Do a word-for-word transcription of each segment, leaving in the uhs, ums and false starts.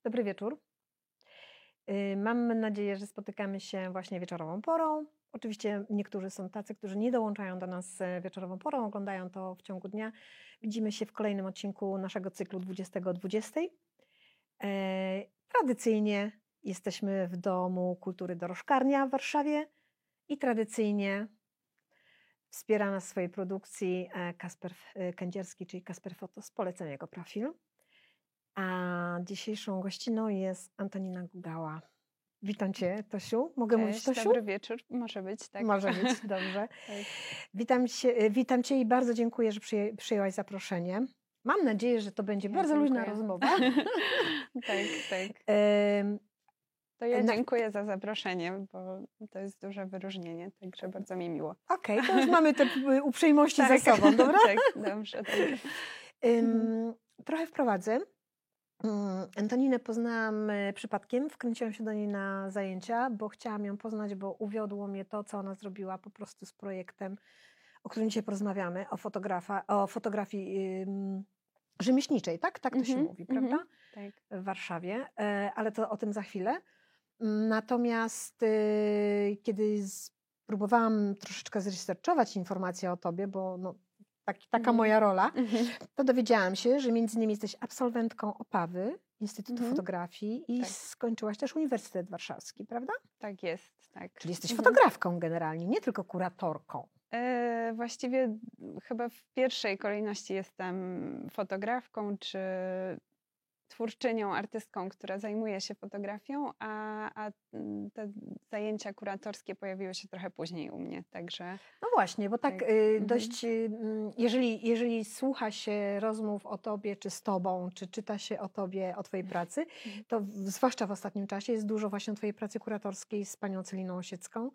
Dobry wieczór. Y, Mam nadzieję, że spotykamy się właśnie wieczorową porą. Oczywiście niektórzy są tacy, którzy nie dołączają do nas e, wieczorową porą, oglądają to w ciągu dnia. Widzimy się w kolejnym odcinku naszego cyklu dwudziestego o dwudziestej. E, Tradycyjnie jesteśmy w Domu Kultury Dorożkarnia w Warszawie i tradycyjnie wspiera nas w swojej produkcji e, Kasper e, Kędzierski, czyli Kasper Fotos. Polecam jego profil. A dzisiejszą gościną jest Antonina Gugała. Witam Cię, Tosiu. Mogę mówić Cześć, Tosiu? dobry wieczór. Może być, tak. Może być, dobrze. Tak. Witam Cię, witam Cię i bardzo dziękuję, że przyję, przyjęłaś zaproszenie. Mam nadzieję, że to będzie Ja bardzo luźna dziękuję. rozmowa. Tak, tak. Em, To ja Na- dziękuję za zaproszenie, bo to jest duże wyróżnienie, także bardzo mi miło. Okej, to już mamy te y, uprzejmości Tak. za sobą, dobra? Tak, dobrze, dobrze. Ym, trochę wprowadzę. Mm, Antoninę poznałam e, przypadkiem, wkręciłam się do niej na zajęcia, bo chciałam ją poznać, bo uwiodło mnie to, co ona zrobiła po prostu z projektem, o którym dzisiaj porozmawiamy, o, fotografa, o fotografii ym, rzemieślniczej, tak? Tak to się Mhm, mówi, mhm. prawda? Tak. W Warszawie, e, ale to o tym za chwilę. Mm, Natomiast e, kiedy spróbowałam troszeczkę zresearchować informacje o tobie, bo no, tak, taka Mhm. moja rola, Mhm. to dowiedziałam się, że między innymi jesteś absolwentką Opawy, Instytutu Mhm. Fotografii i Tak. skończyłaś też Uniwersytet Warszawski, prawda? Tak jest, tak. Czyli jesteś Mhm. fotografką generalnie, nie tylko kuratorką. E, właściwie chyba w pierwszej kolejności jestem fotografką czy twórczynią, artystką, która zajmuje się fotografią, a, a mm, te zajęcia kuratorskie pojawiły się trochę później u mnie, także No właśnie, bo tak Tak. y, Mhm. dość, y, mm, jeżeli, jeżeli słucha się rozmów o tobie, czy z tobą, czy czyta się o tobie, o twojej pracy, Mhm. to w, zwłaszcza w ostatnim czasie jest dużo właśnie o twojej pracy kuratorskiej z panią Celiną Osiecką.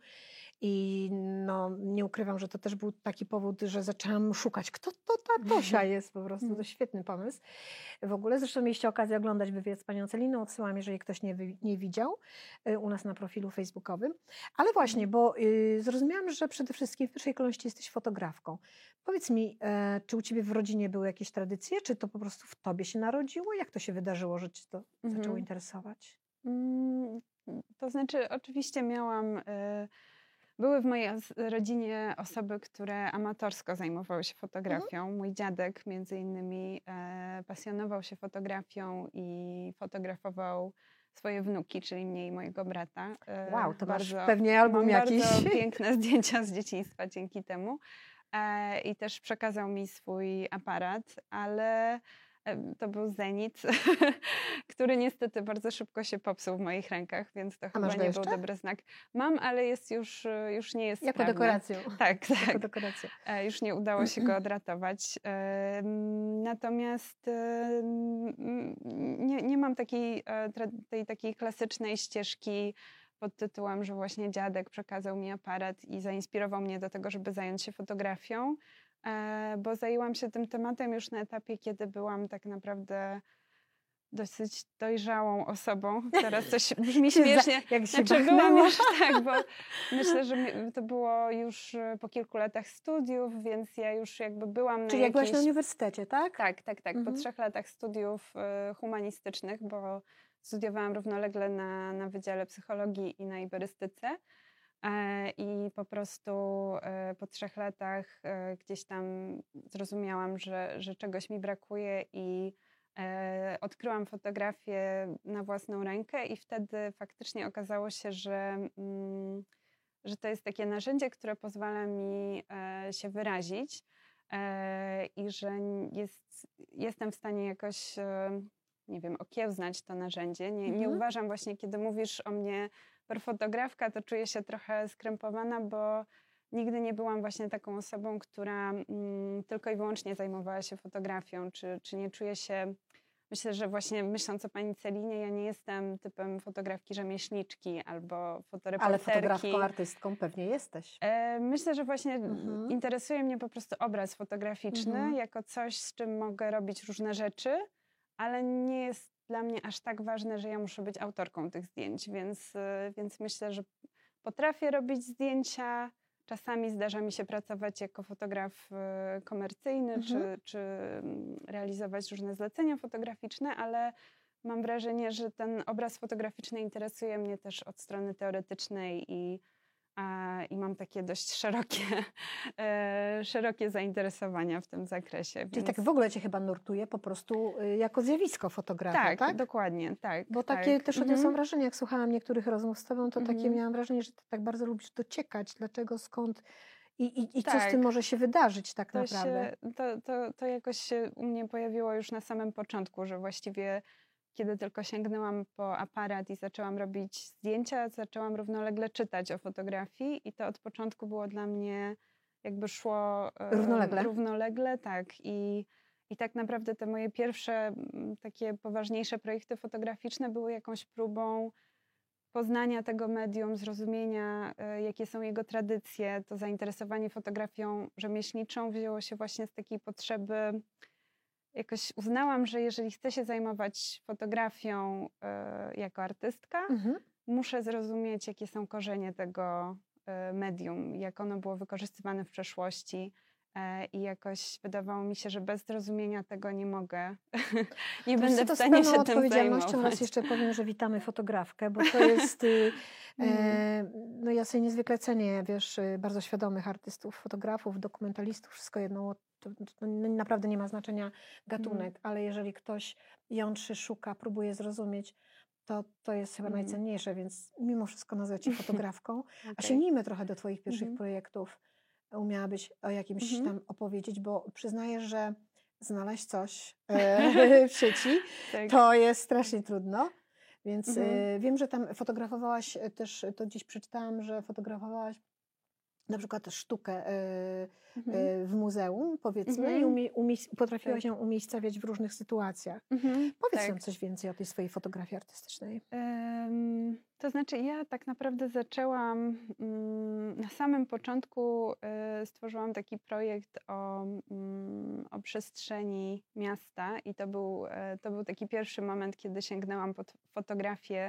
I no, nie ukrywam, że to też był taki powód, że zaczęłam szukać, kto to ta Tosia jest po prostu. To świetny pomysł. W ogóle zresztą mieliście okazję oglądać wywiad z panią Celiną. Odsyłam, jeżeli ktoś nie, wy, nie widział, y, u nas na profilu facebookowym. Ale właśnie, bo y, zrozumiałam, że przede wszystkim w pierwszej kolejności jesteś fotografką. Powiedz mi, e, czy u ciebie w rodzinie były jakieś tradycje, czy to po prostu w tobie się narodziło? Jak to się wydarzyło, że cię to Mhm. zaczęło interesować? Mm, To znaczy, oczywiście miałam, y, były w mojej os- rodzinie osoby, które amatorsko zajmowały się fotografią. Mój dziadek między innymi e, pasjonował się fotografią i fotografował swoje wnuki, czyli mnie i mojego brata. E, Wow, to masz bardzo, pewnie album mam jakiś. bardzo piękne zdjęcia z dzieciństwa dzięki temu. E, I też przekazał mi swój aparat, ale e, to był Zenit, który niestety bardzo szybko się popsuł w moich rękach, więc to chyba masz go nie jeszcze? był dobry znak. Mam, ale jest już, e, już nie jest Jako sprawny. dekorację. Tak, Jako tak. dekorację. E, Już nie udało się go odratować. Em, Natomiast em, nie, nie mam takiej, e, tra- tej takiej klasycznej ścieżki pod tytułem, że właśnie dziadek przekazał mi aparat i zainspirował mnie do tego, żeby zająć się fotografią, e, bo zajęłam się tym tematem już na etapie, kiedy byłam tak naprawdę dosyć dojrzałą osobą. Teraz coś brzmi Się za- śmiesznie. jak się Znaczy bachnęło. byłam już tak, bo myślę, że mi- to było już e, po kilku latach studiów, więc ja już jakby byłam Czyli na jak byłaś na jakiejś... uniwersytecie, tak? Tak, tak, tak. Mhm. Po trzech latach studiów e, humanistycznych, bo studiowałam równolegle na, na Wydziale Psychologii i na iberystyce. E, I po prostu e, po trzech latach e, gdzieś tam zrozumiałam, że, że czegoś mi brakuje i e, odkryłam fotografię na własną rękę i wtedy faktycznie okazało się, że, mm, że to jest takie narzędzie, które pozwala mi e, się wyrazić e, i że jest, jestem w stanie jakoś, e, nie wiem, okiełznać to narzędzie. Nie, nie Mhm. uważam właśnie, kiedy mówisz o mnie fotografka, to czuję się trochę skrępowana, bo nigdy nie byłam właśnie taką osobą, która mm, tylko i wyłącznie zajmowała się fotografią, czy, czy nie czuję się... Myślę, że właśnie myśląc o pani Celinie, ja nie jestem typem fotografki rzemieślniczki albo Ale fotoreporterki. fotografką, artystką pewnie jesteś. E, Myślę, że właśnie Mhm. interesuje mnie po prostu obraz fotograficzny Mhm. jako coś, z czym mogę robić różne rzeczy, ale nie jest dla mnie aż tak ważne, że ja muszę być autorką tych zdjęć, więc, e, więc myślę, że potrafię robić zdjęcia. Czasami zdarza mi się pracować jako fotograf e, komercyjny, Mhm. czy, czy mm, realizować różne zlecenia fotograficzne, ale mam wrażenie, że ten obraz fotograficzny interesuje mnie też od strony teoretycznej i, a, i mam takie dość szerokie, e, szerokie zainteresowania w tym zakresie. Czyli Więc... tak w ogóle cię chyba nurtuje po prostu y, jako zjawisko fotografia, Tak, tak? dokładnie, tak. Bo takie tak. też odniosłam Mhm. wrażenie, jak słuchałam niektórych rozmów z tobą, to takie Mhm. miałam wrażenie, że ty tak bardzo lubisz dociekać, dlaczego, skąd i, i, i co z Tak. tym może się wydarzyć tak To, naprawdę. się, to, to, to jakoś się u mnie pojawiło już na samym początku, że właściwie kiedy tylko sięgnęłam po aparat i zaczęłam robić zdjęcia, zaczęłam równolegle czytać o fotografii i to od początku było dla mnie jakby szło em, Równolegle? równolegle, tak. I, I tak naprawdę te moje pierwsze mm, takie poważniejsze projekty fotograficzne były jakąś próbą poznania tego medium, zrozumienia, e, jakie są jego tradycje. To zainteresowanie fotografią rzemieślniczą wzięło się właśnie z takiej potrzeby. Jakoś uznałam, że jeżeli chcę się zajmować fotografią e, jako artystka, Mhm. muszę zrozumieć, jakie są korzenie tego e, medium, jak ono było wykorzystywane w przeszłości. E, I jakoś wydawało mi się, że bez zrozumienia tego nie mogę, nie To będę wiesz co, w to z stanie pełną się tym odpowiedzialnością zajmować. raz jeszcze powiem, że witamy fotografkę, bo to jest, y, Mhm. e, no ja sobie niezwykle cenię, wiesz, y, bardzo świadomych artystów, fotografów, dokumentalistów, wszystko jedno, to, to naprawdę nie ma znaczenia gatunek, ale jeżeli ktoś jątrzy, szuka, próbuje zrozumieć, to to jest chyba Mhm. najcenniejsze, więc mimo wszystko nazwę cię fotografką. A Okej. sięgnijmy trochę do twoich pierwszych Mhm. projektów. Umiałabyś o jakimś Mhm. tam opowiedzieć, bo przyznaję, że znaleźć coś e, w sieci Tak. to jest strasznie trudno. Więc Mhm. e, wiem, że tam fotografowałaś e, też, to gdzieś przeczytałam, że fotografowałaś na przykład sztukę e, Mhm. e, w muzeum, powiedzmy, i Mhm. umie, umie- potrafiłaś Tak. ją umiejscawiać w różnych sytuacjach. Mhm. Powiedz Tak. nam coś więcej o tej swojej fotografii artystycznej. Em, To znaczy, ja tak naprawdę zaczęłam mm, na samym początku y, stworzyłam taki projekt o, mm, o przestrzeni miasta i to był, e, to był taki pierwszy moment, kiedy sięgnęłam po t- fotografię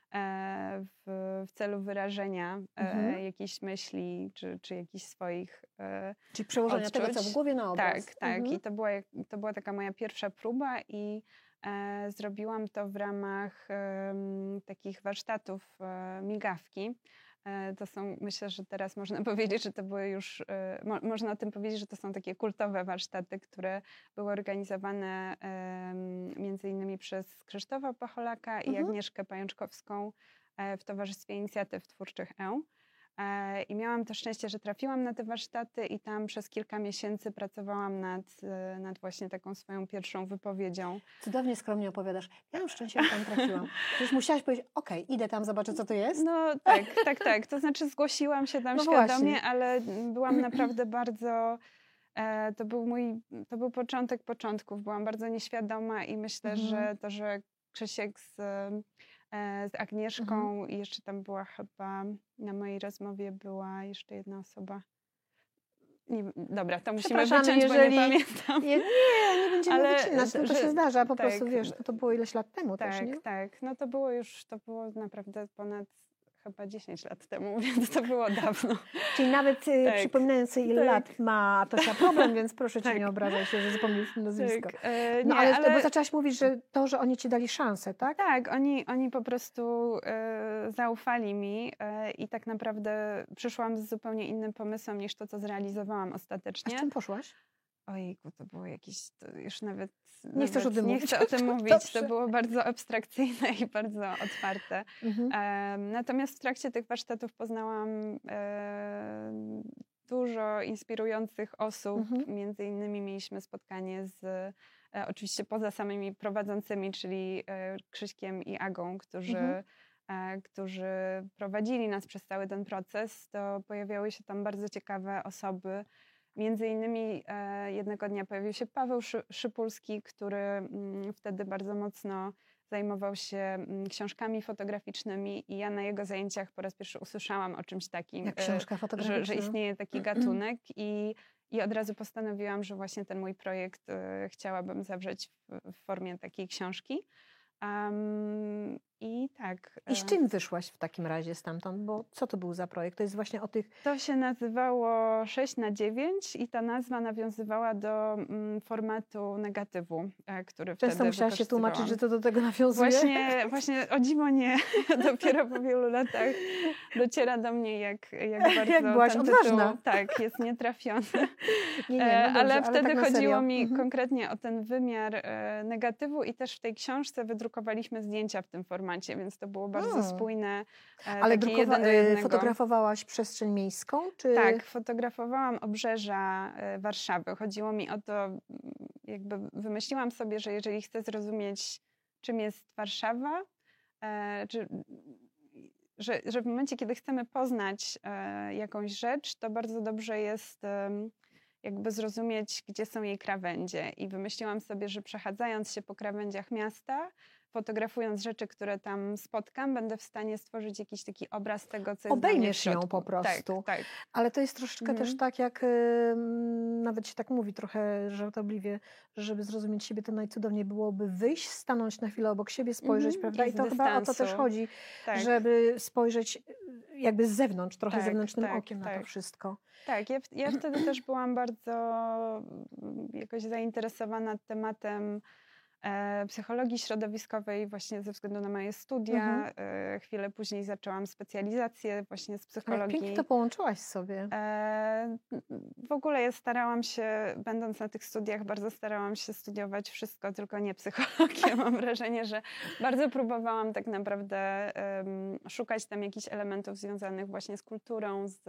e, w, w celu wyrażenia e, Mhm. jakiejś myśli czy, czy jakichś swoich e, Czyli przełożenia tego, co w odczuć. głowie na obraz. Tak, tak. Mhm. I to była, jak- to była taka moja pierwsza próba i e, zrobiłam to w ramach em, takich warsztatów e, migawki. E, to są, myślę, że teraz można powiedzieć, że to były już, e, mo, można o tym powiedzieć, że to są takie kultowe warsztaty, które były organizowane em, między innymi przez Krzysztofa Pacholaka i Mhm. Agnieszkę Pajączkowską e, w Towarzystwie Inicjatyw Twórczych E. E, I miałam to szczęście, że trafiłam na te warsztaty i tam przez kilka miesięcy pracowałam nad, e, nad właśnie taką swoją pierwszą wypowiedzią. Cudownie skromnie opowiadasz. Ja mam szczęście, że tam trafiłam. Przecież musiałaś powiedzieć, okej, idę tam, zobaczę, co to jest. No tak, tak, tak. To znaczy zgłosiłam się tam No świadomie, właśnie. ale byłam naprawdę bardzo... E, to był mój, to był początek początków. Byłam bardzo nieświadoma i myślę, Mhm. że to, że Krzysiek z, e, z Mhm. Agnieszką i jeszcze tam była chyba, na mojej rozmowie była jeszcze jedna osoba. Nie, dobra, to musimy Przepraszamy, wyciąć, bo jeżeli... nie pamiętam. Nie, nie, nie będziemy Ale, wycinać, no to że- się zdarza, po tak, prostu, wiesz, no to było ileś lat temu też, Tak, nie? tak. No to było już, to było naprawdę ponad chyba dziesięć lat temu, więc to było dawno. Czyli nawet y, Tak, przypominając sobie, ile tak. lat ma Tosia problem, więc proszę cię Tak. nie obrażaj się, że zapomnieliśmy nazwisko. Tak, e, No nie, ale, ale bo zaczęłaś mówić, że to, że oni ci dali szansę, tak? tak, oni, oni po prostu e, zaufali mi e, i tak naprawdę przyszłam z zupełnie innym pomysłem niż to, co zrealizowałam A ostatecznie. z czym poszłaś? Ojku, to było jakieś, to już nawet... Nie chcesz o nawet tym nie mówić? chcę o tym mówić, Dobrze. to było bardzo abstrakcyjne i bardzo otwarte. Mhm. Em, Natomiast w trakcie tych warsztatów poznałam em, dużo inspirujących osób. Mhm. Między innymi mieliśmy spotkanie z, e, oczywiście poza samymi prowadzącymi, czyli e, Krzyśkiem i Agą, którzy, Mhm. e, którzy prowadzili nas przez cały ten proces. To pojawiały się tam bardzo ciekawe osoby. Między innymi e, jednego dnia pojawił się Paweł Szy- Szypulski, który mm, wtedy bardzo mocno zajmował się mm, książkami fotograficznymi i ja na jego zajęciach po raz pierwszy usłyszałam o czymś takim, Jak e, książka że, fotograficzna. że istnieje taki gatunek i, i od razu postanowiłam, że właśnie ten mój projekt e, chciałabym zawrzeć w, w formie takiej książki. Um, I tak. I z e, czym wyszłaś w takim razie stamtąd? Bo co to był za projekt? To jest właśnie o tych... To się nazywało sześć na dziewięć i ta nazwa nawiązywała do mm, formatu negatywu, e, który Często wtedy musiałaś się tłumaczyć, że wykorzystywałam. to do tego nawiązuje? Właśnie, właśnie o dziwo nie. Dopiero po wielu latach dociera do mnie, jak, jak bardzo Jak byłaś ten odważna. tytuł tak, jest nietrafiony. Nie, nie, E, no dobrze, ale ale wtedy tak na chodziło serio. mi Mhm. konkretnie o ten wymiar e, negatywu i też w tej książce wydrukowaliśmy zdjęcia w tym formacie, więc to było bardzo Mm. spójne, e, Ale takie drukowa- jeden do y, jednego. fotografowałaś przestrzeń miejską? Czy... Tak, fotografowałam obrzeża e, Warszawy. Chodziło mi o to, mm, jakby wymyśliłam sobie, że jeżeli chcę zrozumieć, czym jest Warszawa, e, czy, że, że w momencie, kiedy chcemy poznać e, jakąś rzecz, to bardzo dobrze jest em, jakby zrozumieć, gdzie są jej krawędzie. I wymyśliłam sobie, że przechadzając się po krawędziach miasta, fotografując rzeczy, które tam spotkam, będę w stanie stworzyć jakiś taki obraz tego, co jest dla mnie w Obejmiesz ją środku. po prostu. Tak, tak. Ale to jest troszeczkę Mhm. też tak, jak y, nawet się tak mówi trochę żartobliwie, że żeby zrozumieć siebie, to najcudowniej byłoby wyjść, stanąć na chwilę obok siebie, spojrzeć, Mhm. prawda? I I z to chyba o to też dystansu. chodzi, Tak, żeby spojrzeć y, jakby z zewnątrz, trochę tak, zewnętrznym tak, okiem na to tak. wszystko. Tak, ja, w- ja wtedy też byłam bardzo mm, jakoś zainteresowana tematem e, psychologii środowiskowej właśnie ze względu na moje studia. Mhm. E, chwilę później zaczęłam specjalizację właśnie z Ale jak psychologii. pięknie to połączyłaś sobie. E, w ogóle ja starałam się, będąc na tych studiach, bardzo starałam się studiować wszystko, tylko nie psychologię. Mam wrażenie, że bardzo próbowałam tak naprawdę em, szukać tam jakichś elementów związanych właśnie z kulturą, z,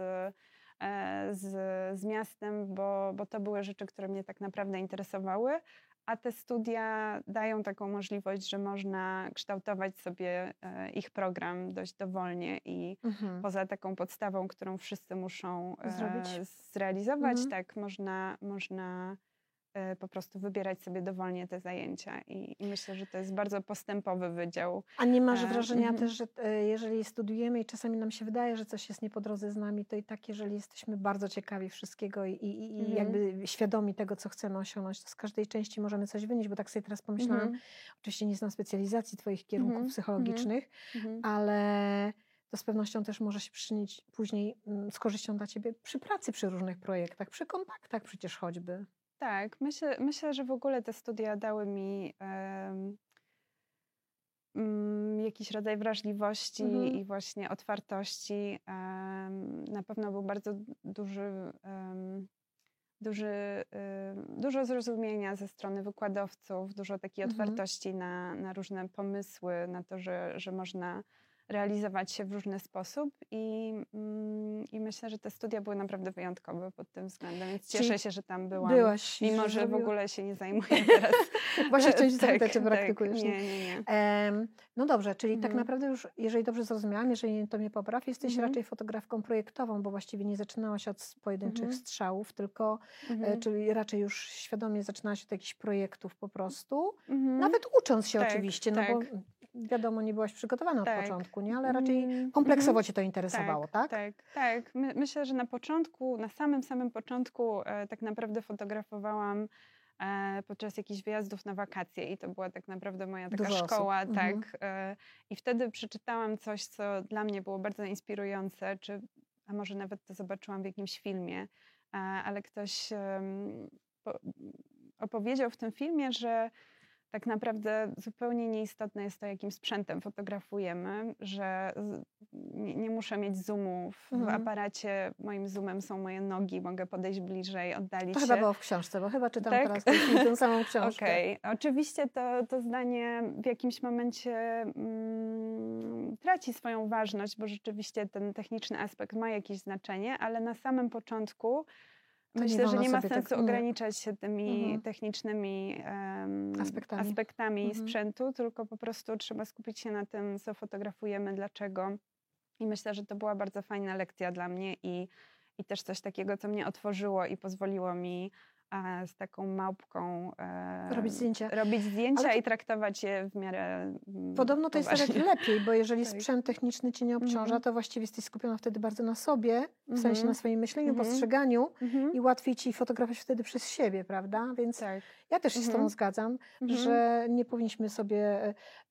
e, z, z miastem, bo, bo to były rzeczy, które mnie tak naprawdę interesowały. A te studia dają taką możliwość, że można kształtować sobie e, ich program dość dowolnie i Mhm. poza taką podstawą, którą wszyscy muszą e, Zrobić. zrealizować, Mhm. tak, można, można e, po prostu wybierać sobie dowolnie te zajęcia i, i myślę, że to jest bardzo postępowy wydział. A nie masz E, wrażenia mhm. też, że e, jeżeli studiujemy i czasami nam się wydaje, że coś jest nie po drodze z nami, to i tak, jeżeli jesteśmy bardzo ciekawi wszystkiego i, i, i Mhm. jakby świadomi tego, co chcemy osiągnąć, to z każdej części możemy coś wynieść, bo tak sobie teraz pomyślałam, Mhm. oczywiście nie znam specjalizacji Twoich kierunków Mhm. psychologicznych, Mhm. ale to z pewnością też może się przyczynić później mm, z korzyścią dla Ciebie przy pracy, przy różnych projektach, przy kontaktach przecież choćby. Tak, myślę, myślę, że w ogóle te studia dały mi em, mm, jakiś rodzaj wrażliwości Mhm. i właśnie otwartości. Em, na pewno był bardzo duży, em, duży, ym, dużo zrozumienia ze strony wykładowców, dużo takiej Mhm. otwartości na, na różne pomysły, na to, że, że można realizować się w różny sposób i, mm, i myślę, że te studia były naprawdę wyjątkowe pod tym względem, więc Czyli cieszę się, że tam byłam, byłaś, mimo że że w zrobiła... ogóle się nie zajmuję teraz. Właśnie chciałam się tak, zapytać, czy tak, praktykujesz. nie, nie, nie. Em, no dobrze, czyli tak Mhm. naprawdę już, jeżeli dobrze zrozumiałam, jeżeli nie, to mnie popraw, jesteś Mhm. raczej fotografką projektową, bo właściwie nie zaczynałaś od s- pojedynczych Mhm. strzałów, tylko e, Mhm. czyli raczej już świadomie zaczynałaś od jakichś projektów po prostu, Mhm. nawet ucząc się Tak, oczywiście, no bo tak. mm, wiadomo, nie byłaś przygotowana od Tak. początku, nie? Ale raczej Mm, kompleksowo mhm. cię to interesowało, Tak, tak? tak, tak. My, myślę, że na początku, na samym, samym początku e, tak naprawdę fotografowałam e, podczas jakichś wyjazdów na wakacje i to była tak naprawdę moja taka Dużo osób. szkoła, Mhm. tak. E, I wtedy przeczytałam coś, co dla mnie było bardzo inspirujące, czy, a może nawet to zobaczyłam w jakimś filmie, e, ale ktoś em, po, opowiedział w tym filmie, że tak naprawdę zupełnie nieistotne jest to, jakim sprzętem fotografujemy, że z- nie, nie muszę mieć zoomu. W, w Mhm. aparacie moim zoomem są moje nogi, mogę podejść bliżej, oddalić To się. chyba było w książce, bo chyba czytam Tak? teraz w tej chwili tę samą książkę. Okej. Oczywiście to, to zdanie w jakimś momencie mm, traci swoją ważność, bo rzeczywiście ten techniczny aspekt ma jakieś znaczenie, ale na samym początku To nie myślę, że wolno nie ma sobie tak- sensu nie. ograniczać się tymi Mhm. technicznymi em, Aspektami. aspektami Mhm. sprzętu, tylko po prostu trzeba skupić się na tym, co fotografujemy, dlaczego. I myślę, że to była bardzo fajna lekcja dla mnie i, i też coś takiego, co mnie otworzyło i pozwoliło mi e, z taką małpką e, Robić zdjęcia. robić zdjęcia Ale to- i traktować je w miarę mm, Podobno to jest nawet poważnie. lepiej, bo jeżeli Tak. sprzęt techniczny cię nie obciąża, Mhm. to właściwie jesteś skupiona wtedy bardzo na sobie, w sensie Mhm. na swoim myśleniu, Mhm. postrzeganiu Mhm. i łatwiej ci fotografować wtedy przez siebie, prawda? Więc Tak. ja też się z tobą Mhm. zgadzam, Mhm. że nie powinniśmy sobie e, e,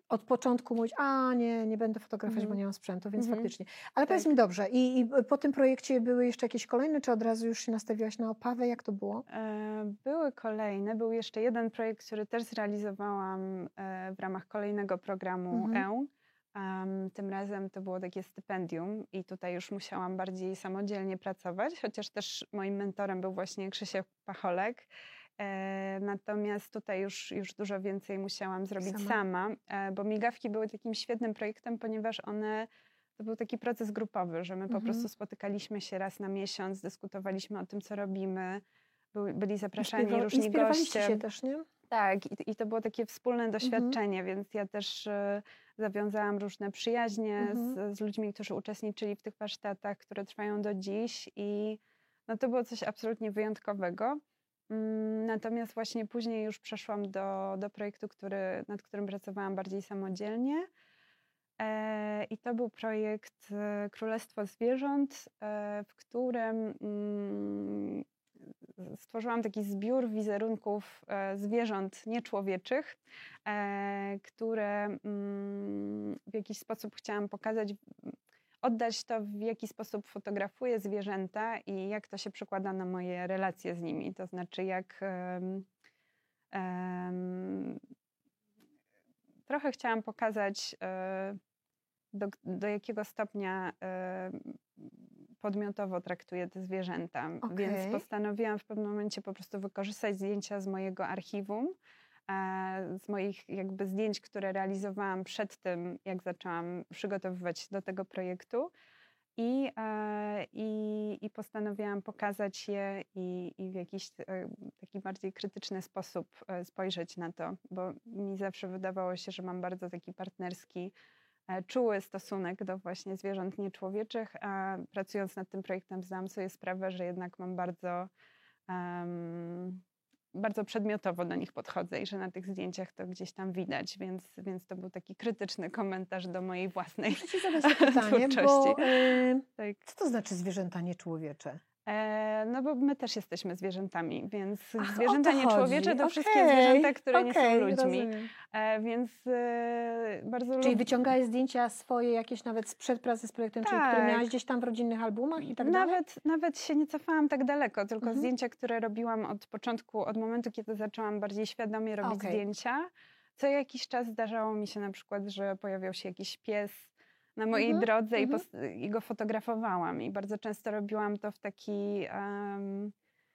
od początku mówić, a nie, nie będę fotografować, bo Mhm. nie mam sprzętu, więc Mhm. faktycznie. Ale powiedz Tak. mi dobrze, i, i po tym projekcie były jeszcze jakieś kolejne, czy od razu już się nastawiłaś na opawę? Jak to było? E, Były kolejne. Był jeszcze jeden projekt, który też zrealizowałam e, w ramach kolejnego programu Mhm. E. Em, tym razem to było takie stypendium i tutaj już musiałam bardziej samodzielnie pracować, chociaż też moim mentorem był właśnie Krzysiek Pacholek. E, natomiast tutaj już, już dużo więcej musiałam zrobić Sama. sama, e, bo migawki były takim świetnym projektem, ponieważ one to był taki proces grupowy, że my po Mhm. prostu spotykaliśmy się raz na miesiąc, dyskutowaliśmy o tym, co robimy. Były, byli zapraszani Inspirowa- różni Inspirowaliście goście. się też, nie? Tak, i, i to było takie wspólne Mhm. doświadczenie, więc ja też e, zawiązałam różne przyjaźnie Mhm. z, z ludźmi, którzy uczestniczyli w tych warsztatach, które trwają do dziś i no to było coś absolutnie wyjątkowego. Mm, Natomiast właśnie później już przeszłam do, do projektu, który, nad którym pracowałam bardziej samodzielnie. E, I to był projekt e, Królestwo Zwierząt, e, w którym mm, stworzyłam taki zbiór wizerunków e, zwierząt nieczłowieczych, e, które mm, w jakiś sposób chciałam pokazać, m, oddać to, w jaki sposób fotografuję zwierzęta i jak to się przekłada na moje relacje z nimi. To znaczy, jak em, em, trochę chciałam pokazać, e, do, do jakiego stopnia e, podmiotowo traktuję te zwierzęta. Więc Okej. postanowiłam w pewnym momencie po prostu wykorzystać zdjęcia z mojego archiwum, e, z moich jakby zdjęć, które realizowałam przed tym, jak zaczęłam przygotowywać się do tego projektu. I, e, i, i postanowiłam pokazać je i, i w jakiś e, taki bardziej krytyczny sposób e, spojrzeć na to, bo mi zawsze wydawało się, że mam bardzo taki partnerski, e, czuły stosunek do właśnie zwierząt nieczłowieczych, a pracując nad tym projektem zdałam sobie sprawę, że jednak mam bardzo, em, bardzo przedmiotowo do nich podchodzę i że na tych zdjęciach to gdzieś tam widać, więc, więc to był taki krytyczny komentarz do mojej własnej Muszę ci zadać to pytanie, twórczości. bo y, Tak. co to znaczy zwierzęta nieczłowiecze? E, no bo my też jesteśmy zwierzętami, więc Ach, o zwierzęta to nieczłowiecze chodzi. to wszystkie Okej, zwierzęta, które nie są okej, ludźmi. rozumiem. E, więc e, bardzo Czyli lub... wyciągałeś zdjęcia swoje jakieś nawet sprzed pracy z projektem, czyli które miałaś Tak. gdzieś tam w rodzinnych albumach i tak dalej? Nawet, nawet się nie cofałam tak daleko, tylko Mhm. zdjęcia, które robiłam od początku, od momentu, kiedy zaczęłam bardziej świadomie robić Okej. zdjęcia. Co jakiś czas zdarzało mi się na przykład, że pojawiał się jakiś pies na mojej Mhm, drodze i, mhm. pos- i go fotografowałam. I bardzo często robiłam to w taki... em,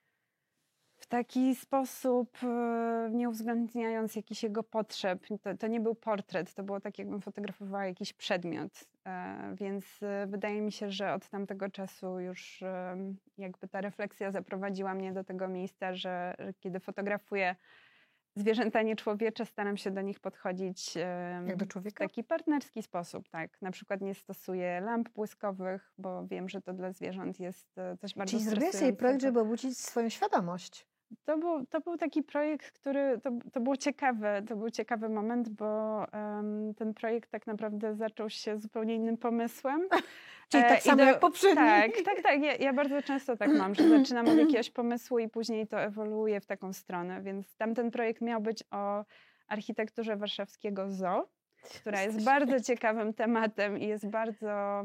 w taki sposób, e, nie uwzględniając jakichś jego potrzeb. To, to nie był portret, to było tak, jakbym fotografowała jakiś przedmiot. E, Więc e, wydaje mi się, że od tamtego czasu już e, jakby ta refleksja zaprowadziła mnie do tego miejsca, że, że kiedy fotografuję zwierzęta nieczłowiecze, staram się do nich podchodzić e, Jak do w człowieka? taki partnerski sposób. Tak. Na przykład nie stosuję lamp błyskowych, bo wiem, że to dla zwierząt jest e, coś bardzo Czyli zrobiłaś sobie projekt, stresującego. żeby obudzić swoją świadomość. To był, to był taki projekt, który, to, to było ciekawe, to był ciekawy moment, bo em, ten projekt tak naprawdę zaczął się zupełnie innym pomysłem. Czyli E, tak i samo do- jak poprzedni. Tak, tak, tak. Ja, ja bardzo często tak mam, że zaczynam od jakiegoś pomysłu i później to ewoluuje w taką stronę. Więc tamten projekt miał być o architekturze warszawskiego zoo, która jest Jesteś bardzo świetna. ciekawym tematem i jest bardzo,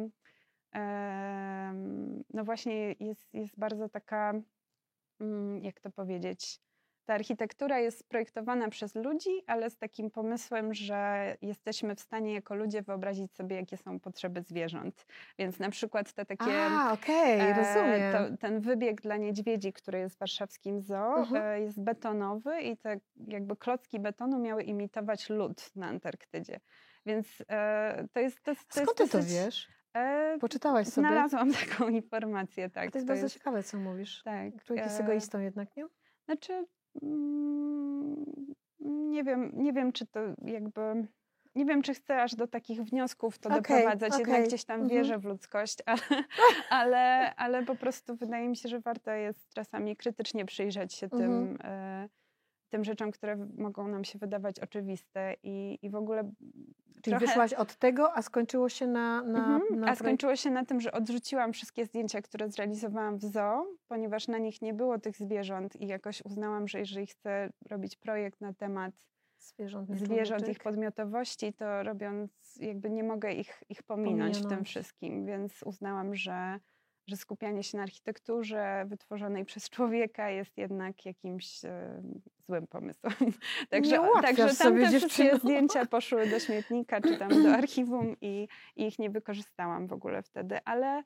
em, no właśnie jest, jest bardzo taka, mm, jak to powiedzieć, ta architektura jest projektowana przez ludzi, ale z takim pomysłem, że jesteśmy w stanie jako ludzie wyobrazić sobie, jakie są potrzeby zwierząt. Więc na przykład te takie, A, okej, e, rozumiem. to, ten wybieg dla niedźwiedzi, który jest w warszawskim zoo, Mhm. e, jest betonowy i te jakby klocki betonu miały imitować lód na Antarktydzie. Więc e, to jest, to, jest- to jest Skąd ty to dosyć... wiesz? E, Poczytałaś sobie? Znalazłam taką informację, tak. To jest bardzo ciekawe, co mówisz. Tak. Człowiek jest e, egoistą jednak, nie? Znaczy, mm, nie wiem, nie wiem, czy to jakby, nie wiem, czy chcę aż do takich wniosków to Okej, doprowadzać. Jednak okej. gdzieś tam Mhm. wierzę w ludzkość, ale, ale, ale po prostu wydaje mi się, że warto jest czasami krytycznie przyjrzeć się Mhm. tym, e, tym rzeczom, które mogą nam się wydawać oczywiste i, i w ogóle Czyli trochę... wyszłaś od tego, a skończyło się na, na, Mhm. na A projekt- skończyło się na tym, że odrzuciłam wszystkie zdjęcia, które zrealizowałam w zoo, ponieważ na nich nie było tych zwierząt i jakoś uznałam, że jeżeli chcę robić projekt na temat zwierząt, nie zwierząt, ich człowieczych. podmiotowości, to robiąc, jakby nie mogę ich, ich pominąć w tym Pominąć. wszystkim, więc uznałam, że, że skupianie się na architekturze wytworzonej przez człowieka jest jednak jakimś e, złym pomysłem. Także, Nie ułatwiasz także sobie, tamte wszystkie dziewczyno. zdjęcia poszły do śmietnika czy tam do archiwum i, i ich nie wykorzystałam w ogóle wtedy, ale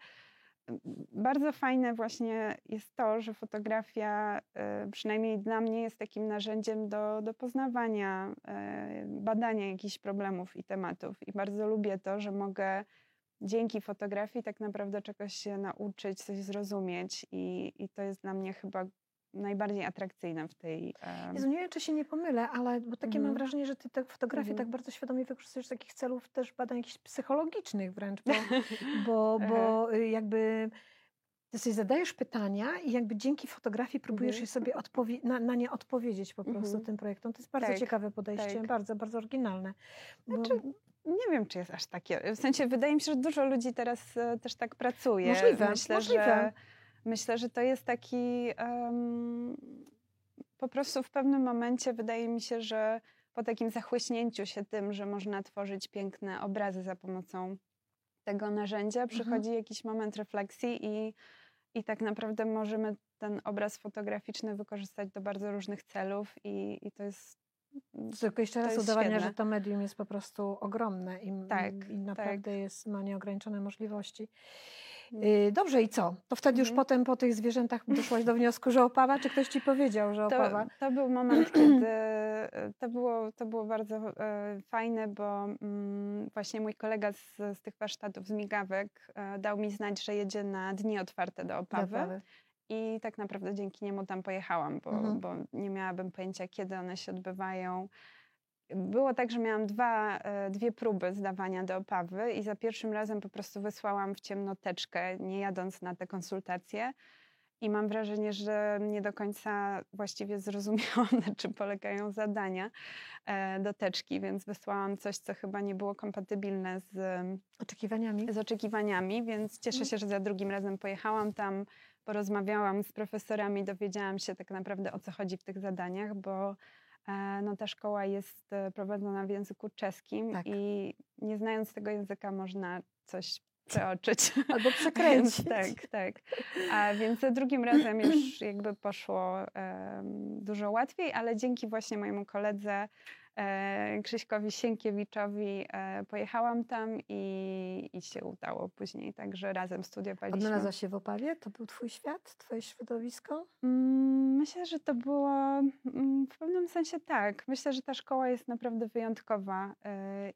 bardzo fajne właśnie jest to, że fotografia, y, przynajmniej dla mnie, jest takim narzędziem do, do poznawania, y, badania jakichś problemów i tematów. I bardzo lubię to, że mogę dzięki fotografii tak naprawdę czegoś się nauczyć, coś zrozumieć. I, i to jest dla mnie chyba najbardziej atrakcyjne w tej... em, Jezu, nie wiem, czy się nie pomylę, ale bo takie mam Mhm. wrażenie, że ty te fotografię Mhm. tak bardzo świadomie wykorzystujesz z takich celów też badań jakichś psychologicznych wręcz, bo, bo, Aha. bo y, jakby ty sobie zadajesz pytania i jakby dzięki fotografii próbujesz Mhm. je sobie odpowie- na, na nie odpowiedzieć po prostu Mhm. tym projektom. To jest bardzo Tak, ciekawe podejście, tak. bardzo, bardzo oryginalne. Bo, Znaczy, nie wiem, czy jest aż takie. W sensie, wydaje mi się, że dużo ludzi teraz e, też tak pracuje. Możliwe, Myślę, możliwe. że myślę, że to jest taki em, po prostu w pewnym momencie wydaje mi się, że po takim zachłyśnięciu się tym, że można tworzyć piękne obrazy za pomocą tego narzędzia, Mhm. przychodzi jakiś moment refleksji i, i tak naprawdę możemy ten obraz fotograficzny wykorzystać do bardzo różnych celów i, i to jest To tylko jeszcze to raz jest udowadnia, świetne. że to medium jest po prostu ogromne i, Tak, i naprawdę tak. jest, ma nieograniczone możliwości. Mm. Y, Dobrze, i co? To wtedy już Mhm. potem po tych zwierzętach doszłaś do wniosku, że Opawa, czy ktoś ci powiedział, że To, Opawa? to był moment, kiedy e, to było, to było bardzo e, fajne, bo mm, właśnie mój kolega z, z tych warsztatów z migawek e, dał mi znać, że jedzie na dni otwarte do Do Opawy. Opawy. I tak naprawdę dzięki niemu tam pojechałam, bo, Mhm. bo nie miałabym pojęcia, kiedy one się odbywają. Było tak, że miałam dwa, e, dwie próby zdawania do Opawy i za pierwszym razem po prostu wysłałam w ciemnoteczkę, nie jadąc na te konsultacje. I mam wrażenie, że nie do końca właściwie zrozumiałam, na czym polegają zadania e, do teczki, więc wysłałam coś, co chyba nie było kompatybilne z, Oczekiwaniami? z oczekiwaniami, więc cieszę Mhm. się, że za drugim razem pojechałam tam, porozmawiałam z profesorami, dowiedziałam się tak naprawdę, o co chodzi w tych zadaniach, bo e, no, ta szkoła jest e, prowadzona w języku czeskim Tak. i nie znając tego języka można coś przeoczyć. Albo Więc przekręcić. tak, tak. A więc za drugim razem już jakby poszło em, dużo łatwiej, ale dzięki właśnie mojemu koledze e, Krzyśkowi Sienkiewiczowi e, pojechałam tam i, i się udało później, także razem studiowaliśmy. Odnalazłaś się w Opawie? To był twój świat, twoje środowisko? Mm, Myślę, że to było mm, w pewnym sensie tak. Myślę, że ta szkoła jest naprawdę wyjątkowa y,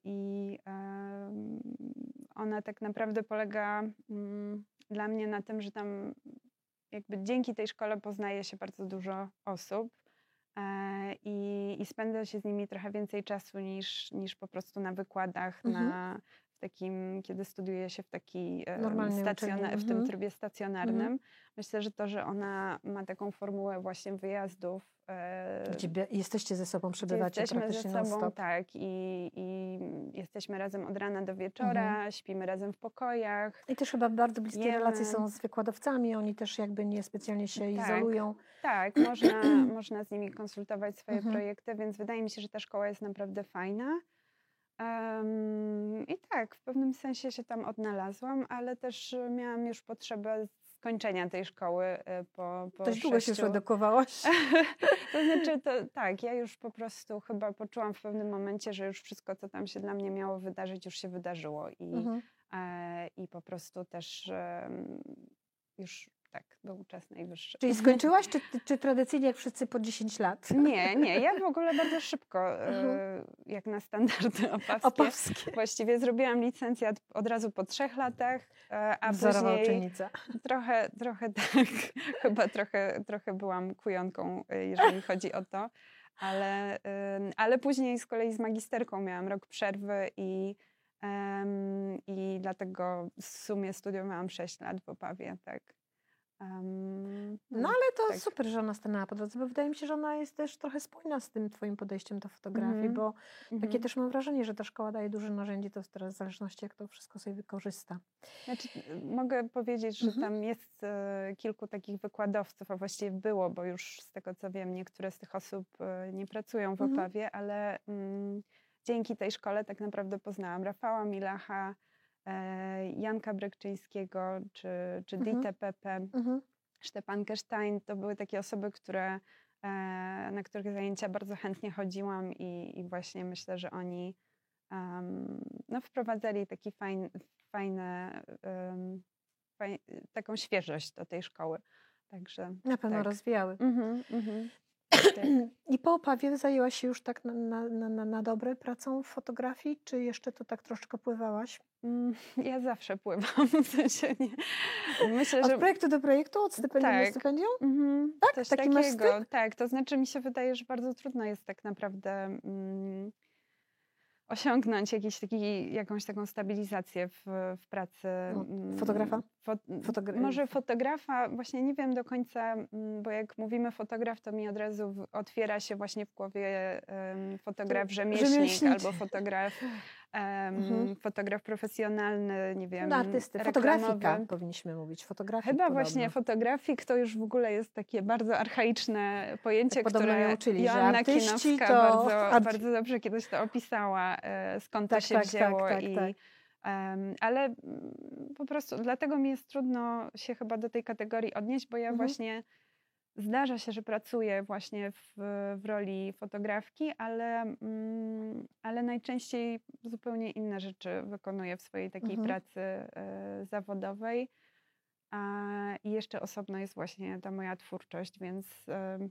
i em, ona tak naprawdę polega mm, dla mnie na tym, że tam jakby dzięki tej szkole poznaje się bardzo dużo osób e, i, i spędza się z nimi trochę więcej czasu niż, niż po prostu na wykładach, Mhm. na w takim, kiedy studiuje się w, taki, em, Normalnej stacjona- uczelni. w tym Mhm. trybie stacjonarnym. Myślę, że to, że ona ma taką formułę właśnie wyjazdów, e, Gdzie bie- jesteście ze sobą, gdzie przebywacie jesteśmy ze praktycznie sobą, non-stop. tak, i, i jesteśmy razem od rana do wieczora, Mhm. śpimy razem w pokojach, I też chyba bardzo bliskie relacje jemy. są z wykładowcami, oni też jakby nie specjalnie się Tak, izolują. tak, można, można z nimi konsultować swoje Mhm. projekty, więc wydaje mi się, że ta szkoła jest naprawdę fajna. Em, I tak, w pewnym sensie się tam odnalazłam, ale też e, miałam już potrzebę skończenia tej szkoły e, po, po Dość długo się już sześciu. edukowałaś. To znaczy, to, tak, ja już po prostu chyba poczułam w pewnym momencie, że już wszystko, co tam się dla mnie miało wydarzyć, już się wydarzyło i, Mhm. e, i po prostu też em, już tak, był czas najwyższy. Czyli skończyłaś, czy, czy tradycyjnie jak wszyscy po dziesięć lat? Nie, nie, ja w ogóle bardzo szybko, Mhm. e, jak na standardy opawskie, Opawskie. właściwie zrobiłam licencjat od razu po trzech latach, e, a Wzorowa później uczennica. trochę, trochę tak, chyba trochę, trochę byłam kujonką, e, jeżeli chodzi o to, ale, em, ale później z kolei z magisterką miałam rok przerwy i, em, i dlatego w sumie studiowałam sześć lat w Opawie, tak. Em, No no, ale to tak. super, że ona stanęła po drodze, bo wydaje mi się, że ona jest też trochę spójna z tym twoim podejściem do fotografii, Mhm. bo takie Mhm. też mam wrażenie, że ta szkoła daje dużo narzędzi, to teraz w zależności jak to wszystko sobie wykorzysta. Znaczy, y, mogę powiedzieć, że Mhm. tam jest e, kilku takich wykładowców, a właściwie było, bo już z tego co wiem, niektóre z tych osób e, nie pracują w Mhm. Opawie, ale mm, dzięki tej szkole tak naprawdę poznałam Rafała Milacha, e, Janka Brekczyńskiego czy, czy Mhm. Ditę Pepe, Mhm. Stepankę Stein. To były takie osoby, które, e, na których zajęcia bardzo chętnie chodziłam i, i właśnie myślę, że oni em, no, wprowadzali taki fajny, fajne, em, faj, taką świeżość do tej szkoły. Także Na pewno tak. rozwijały. Mhm, mhm, tak. I po Opawie zajęłaś się już tak na, na, na, na- na dobre pracą w fotografii, czy jeszcze to tak troszeczkę pływałaś? Mm, Ja zawsze pływam, w sensie nie. Myślę, Od że projektu do projektu, od stypendium do tak. stypendium? Mhm, Tak? coś Taki masz takiego. styl? Tak, to znaczy mi się wydaje, że bardzo trudno jest tak naprawdę mm, osiągnąć jakiś taki, jakąś taką stabilizację w, w pracy. No, mm, fotografa? Fo, Fotogra- może fotografa, właśnie nie wiem do końca, mm, bo jak mówimy fotograf, to mi od razu w, otwiera się właśnie w głowie um, fotograf rzemieślnik, rzemieślnik. albo fotograf, Mhm. um, fotograf profesjonalny, nie wiem, No, artysty. reklamowy. Fotografika powinniśmy mówić. Fotografik Chyba podobno. właśnie fotografik to już w ogóle jest takie bardzo archaiczne pojęcie, Tak podobno które mnie uczyli, że Joanna artyści Kinowska to... bardzo, art- bardzo dobrze kiedyś to opisała, e, skąd to Tak, się tak, wzięło. tak, tak, i, tak. em, ale mm, po prostu dlatego mi jest trudno się chyba do tej kategorii odnieść, bo ja Mhm. właśnie zdarza się, że pracuję właśnie w, w roli fotografki, ale, mm, ale najczęściej zupełnie inne rzeczy wykonuję w swojej takiej Mhm. pracy e, zawodowej. A i jeszcze osobno jest właśnie ta moja twórczość, więc em,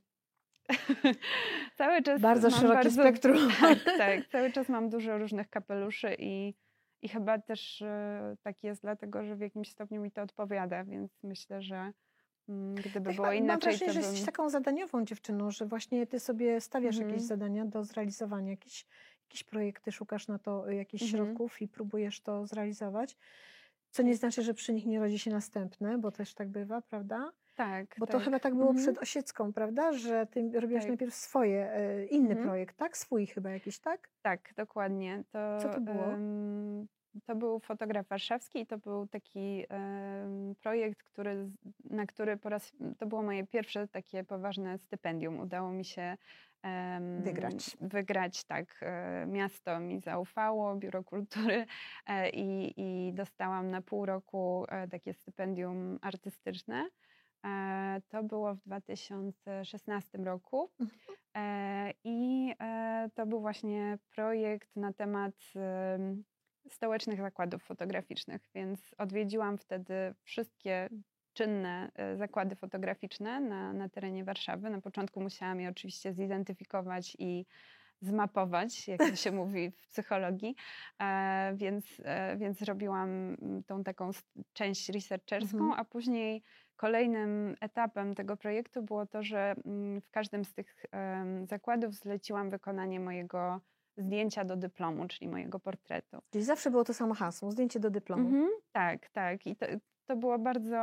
cały czas Bardzo mam szerokie bardzo, spektrum. tak, tak, cały czas mam dużo różnych kapeluszy i, i chyba też e, tak jest dlatego, że w jakimś stopniu mi to odpowiada, więc myślę, że mm, gdyby Ty było chyba, mam inaczej, wrażenie, to że jesteś bym... taką zadaniową dziewczyną, że właśnie ty sobie stawiasz jakieś Mhm, zadania do zrealizowania, jakieś, jakieś projekty, szukasz na to jakichś mhm, środków i próbujesz to zrealizować. Co nie tak, znaczy, że przy nich nie rodzi się następne, bo też tak bywa, prawda? tak, Bo to tak, chyba tak było mhm, przed Osiecką, prawda? Że ty robiłaś tak, najpierw swoje, e, inny mhm. projekt, tak? Swój chyba jakiś, tak? Tak, dokładnie. To, Co to było? em, to był fotograf warszawski i to był taki em, projekt, który, z- na który po raz, to było moje pierwsze takie poważne stypendium. Udało mi się em, Wygrać. wygrać, tak, e, miasto mi zaufało, Biuro Kultury e, i, i dostałam na pół roku e, takie stypendium artystyczne. E, To było w dwa tysiące szesnastym roku. Mhm. E, I e, to był właśnie projekt na temat em, stołecznych zakładów fotograficznych, więc odwiedziłam wtedy wszystkie czynne e, zakłady fotograficzne na, na terenie Warszawy. Na początku musiałam je oczywiście zidentyfikować i zmapować, jak to się mówi w psychologii, e, więc, e, więc zrobiłam mm, tą taką s- część researcherską, Mhm. a później kolejnym etapem tego projektu było to, że mm, w każdym z tych em, zakładów zleciłam wykonanie mojego zdjęcia do dyplomu, czyli mojego portretu. Czyli zawsze było to samo hasło, zdjęcie do dyplomu. Mhm, tak, tak. I to, to było bardzo,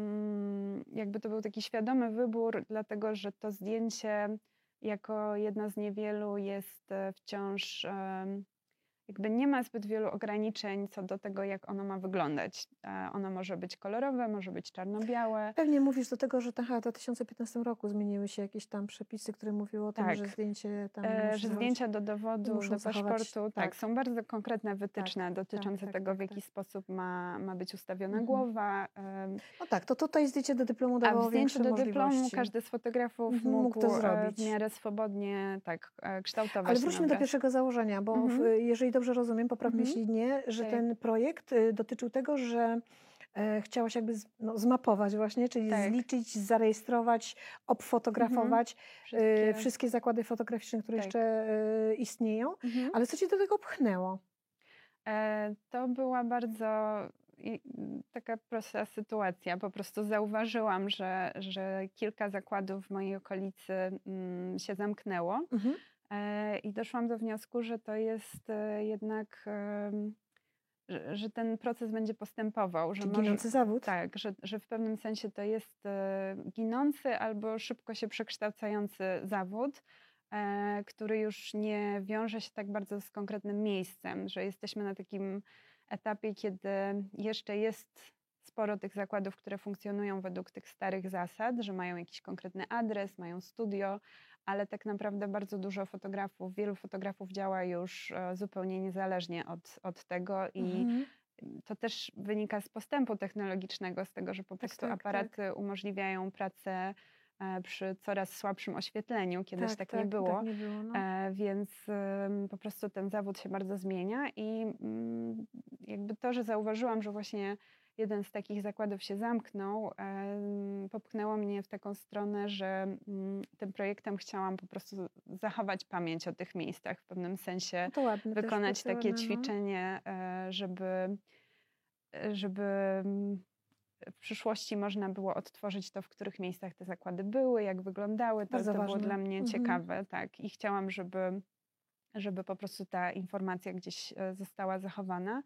mm, jakby to był taki świadomy wybór, dlatego że to zdjęcie jako jedno z niewielu jest e, wciąż, em, jakby nie ma zbyt wielu ograniczeń co do tego, jak ono ma wyglądać. E, Ono może być kolorowe, może być czarno-białe. Pewnie mówisz do tego, że aha, w dwa tysiące piętnastym roku zmieniły się jakieś tam przepisy, które mówiły o tym, Tak. że zdjęcie tam E, musi że zachować- zdjęcia do dowodu, muszą do zachować, paszportu, tak, tak. są bardzo konkretne wytyczne dotyczące tak, tego, tak, w jaki tak. sposób ma, ma być ustawiona Mhm. głowa. em, No tak, to tutaj zdjęcie do dyplomu A w dawało zdjęciu większe do dyplomu możliwości. każdy z fotografów Mhm, mógł, mógł to e, w zrobić. miarę swobodnie tak e, kształtować Ale ten wróćmy do obraz. pierwszego założenia, bo w, Mhm, jeżeli dobrze rozumiem, popraw mnie mhm, jeśli nie, że tak, ten projekt y, dotyczył tego, że e, chciałaś jakby z, no, zmapować właśnie, czyli tak. zliczyć, zarejestrować, Mhm. obfotografować y, Wszystkie, wszystkie zakłady fotograficzne, które tak. jeszcze y, istnieją. Mhm. Ale co cię do tego pchnęło? E, To była bardzo i- taka prosta sytuacja. Po prostu zauważyłam, że, że kilka zakładów w mojej okolicy mm, się zamknęło. Mhm. E, I doszłam do wniosku, że to jest e, jednak, em, że, że ten proces będzie postępował, że Czy może, ginący zawód? tak, że, że w pewnym sensie to jest e, ginący albo szybko się przekształcający zawód, e, który już nie wiąże się tak bardzo z konkretnym miejscem, że jesteśmy na takim etapie, kiedy jeszcze jest sporo tych zakładów, które funkcjonują według tych starych zasad, że mają jakiś konkretny adres, mają studio, ale tak naprawdę bardzo dużo fotografów, wielu fotografów działa już e, zupełnie niezależnie od, od tego i Mhm. to też wynika z postępu technologicznego, z tego, że po Tak, prostu tak, tak. aparaty umożliwiają pracę e, przy coraz słabszym oświetleniu. Kiedyś Tak, tak nie tak, było. tak nie było. No. E, więc ym, po prostu ten zawód się bardzo zmienia i mm, jakby to, że zauważyłam, że właśnie jeden z takich zakładów się zamknął, em, popchnęło mnie w taką stronę, że mm, tym projektem chciałam po prostu zachować pamięć o tych miejscach, w pewnym sensie No to ładne też, wykonać bardzo takie ładne, no. ćwiczenie, e, żeby, e, żeby mm, w przyszłości można było odtworzyć to, w których miejscach te zakłady były, jak wyglądały. To, Bardzo to było ważne. dla mnie Mhm. ciekawe, tak. I chciałam, żeby, żeby po prostu ta informacja gdzieś e, została zachowana.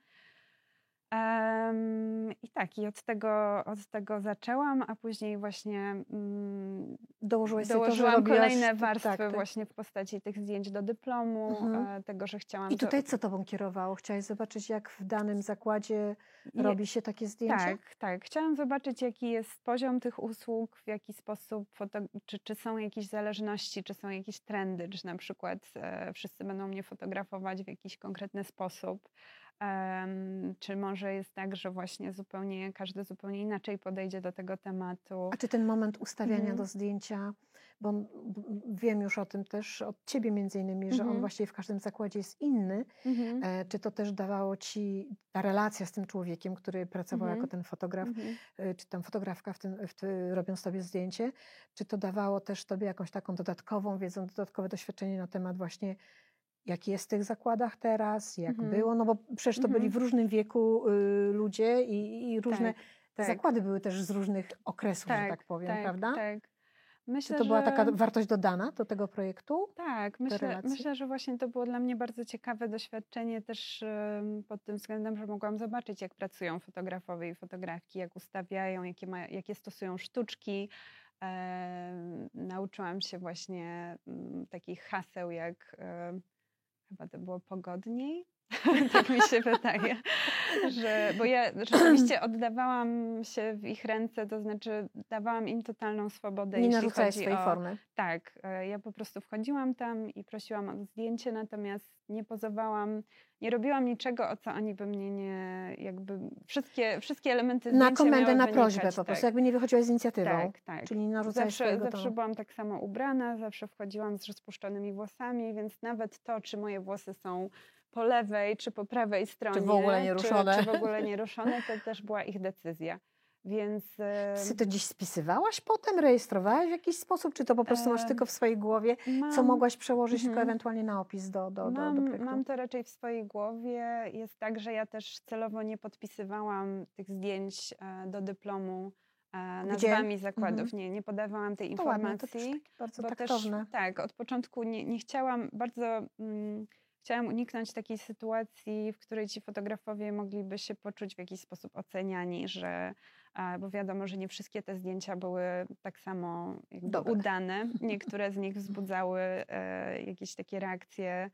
Em, I tak, i od tego, od tego zaczęłam, a później właśnie mm, Dołożyłeś sobie to, że dołożyłam robiłaś... kolejne Tak, warstwy tak, tak. właśnie w postaci tych zdjęć do dyplomu, Mhm. e, tego, że chciałam... I zo- tutaj co tobą kierowało? Chciałaś zobaczyć, jak w danym zakładzie Je- robi się takie zdjęcia? Tak, tak. Chciałam zobaczyć, jaki jest poziom tych usług, w jaki sposób, foto- czy, czy są jakieś zależności, czy są jakieś trendy, czy na przykład e, wszyscy będą mnie fotografować w jakiś konkretny sposób. Em, czy może jest tak, że właśnie zupełnie każdy zupełnie inaczej podejdzie do tego tematu. A czy ten moment ustawiania Mhm. do zdjęcia, bo m- b- wiem już o tym też od ciebie między innymi, że on Mhm. właściwie w każdym zakładzie jest inny. Mhm. E, czy to też dawało ci ta relacja z tym człowiekiem, który pracował jako Mhm. ten fotograf, Mhm. e, czy tam fotografka w tym, w ty, robiąc tobie zdjęcie, czy to dawało też tobie jakąś taką dodatkową wiedzę, dodatkowe doświadczenie na temat właśnie jak jest w tych zakładach teraz, jak Mhm. było, no bo przecież to byli Mhm. w różnym wieku y, ludzie i, i różne Tak, tak, zakłady były też z różnych okresów, że tak, tak powiem, tak, prawda? tak. Czy Myślę, to była taka że wartość dodana do tego projektu, tak, te myślę, relacje? myślę, że właśnie to było dla mnie bardzo ciekawe doświadczenie też em, pod tym względem, że mogłam zobaczyć, jak pracują fotografowie i fotografki, jak ustawiają, jakie, ma, jakie stosują sztuczki. Em, nauczyłam się właśnie mm, takich haseł, jak em, chyba to było pogodniej. Tak mi się wydaje, że, bo ja rzeczywiście oddawałam się w ich ręce, to znaczy dawałam im totalną swobodę, Nie jeśli narzucałeś chodzi swojej o... formy. Tak, e, ja po prostu wchodziłam tam i prosiłam o zdjęcie, natomiast nie pozowałam, nie robiłam niczego, o co oni by mnie nie, jakby wszystkie, wszystkie elementy Na zdjęcia komendę, miały na wynikać, prośbę po prostu, tak. jakby nie wychodziłaś z inicjatywą. Tak, tak. Czyli nie narzucałeś Zawsze, swojego zawsze tonu. byłam tak samo ubrana, zawsze wchodziłam z rozpuszczonymi włosami, więc nawet to, czy moje włosy są po lewej, czy po prawej stronie, w ogóle nie ruszone. Czy, czy w ogóle nie ruszone, to też była ich decyzja. Więc Czy em, to gdzieś spisywałaś potem, rejestrowałaś w jakiś sposób, czy to po prostu masz em, tylko w swojej głowie, co mam, mogłaś przełożyć tylko mhm. ewentualnie na opis do, do, do, do Mam, projektu? mam to raczej w swojej głowie. Jest tak, że ja też celowo nie podpisywałam tych zdjęć e, do dyplomu e, Gdzie? nazwami zakładów. Mhm. Nie, nie podawałam tej To ładne, to też informacji. takie bardzo Bo też taktowne. tak, od początku nie, nie chciałam bardzo, mm, chciałam uniknąć takiej sytuacji, w której ci fotografowie mogliby się poczuć w jakiś sposób oceniani, że, a, bo wiadomo, że nie wszystkie te zdjęcia były tak samo jakby Dobre. udane. Niektóre z nich wzbudzały e, jakieś takie reakcje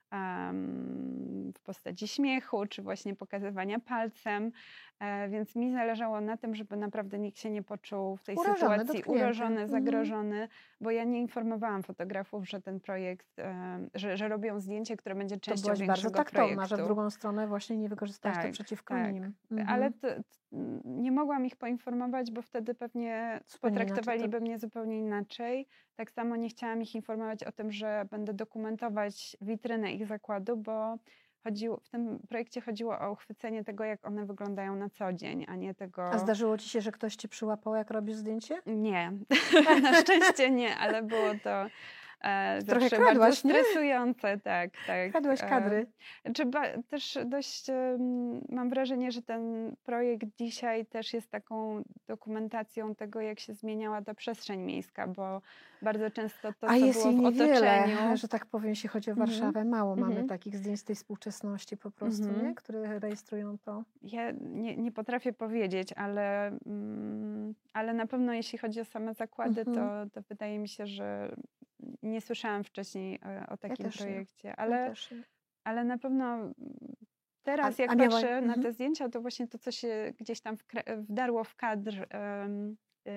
em, w postaci śmiechu, czy właśnie pokazywania palcem, e, więc mi zależało na tym, żeby naprawdę nikt się nie poczuł w tej Urażony, sytuacji dotknięty. urażony, Mhm. zagrożony, bo ja nie informowałam fotografów, że ten projekt, e, że, że robią zdjęcie, które będzie To częścią byłaś bardzo większego taktowna, projektu. że w drugą stronę właśnie nie wykorzystałaś to Tak, przeciwko tak. nim. Mhm. Ale to, to, nie mogłam ich poinformować, bo wtedy pewnie Zupełnie inaczej potraktowaliby to- mnie zupełnie inaczej. Tak samo nie chciałam ich informować o tym, że będę dokumentować witrynę ich zakładu, bo chodziło, w tym projekcie chodziło o uchwycenie tego, jak one wyglądają na co dzień, a nie tego... A zdarzyło ci się, że ktoś cię przyłapał, jak robisz zdjęcie? Nie, na szczęście nie, ale było to, E, Trochę zawsze kradłaś, bardzo nie? stresujące, tak, tak. Kradłaś kadry. E, czy ba, też dość em, mam wrażenie, że ten projekt dzisiaj też jest taką dokumentacją tego, jak się zmieniała ta przestrzeń miejska, bo bardzo często to, A co jest było jej w niewiele, otoczeniu. że tak powiem, jeśli chodzi o Mhm, Warszawę. Mało mamy mhm, takich zdjęć z tej współczesności po prostu, nie? mhm. Które rejestrują to. Ja nie, nie potrafię powiedzieć, ale, mm, ale na pewno jeśli chodzi o same zakłady, Mhm. to, to wydaje mi się, że nie słyszałam wcześniej e, o Ja takim też nie. projekcie, Ja ale, też nie. ale na pewno mm, A, teraz a jak miałaś... patrzę na Mhm. te zdjęcia, to właśnie to, co się gdzieś tam wkra- wdarło w kadr em, yy,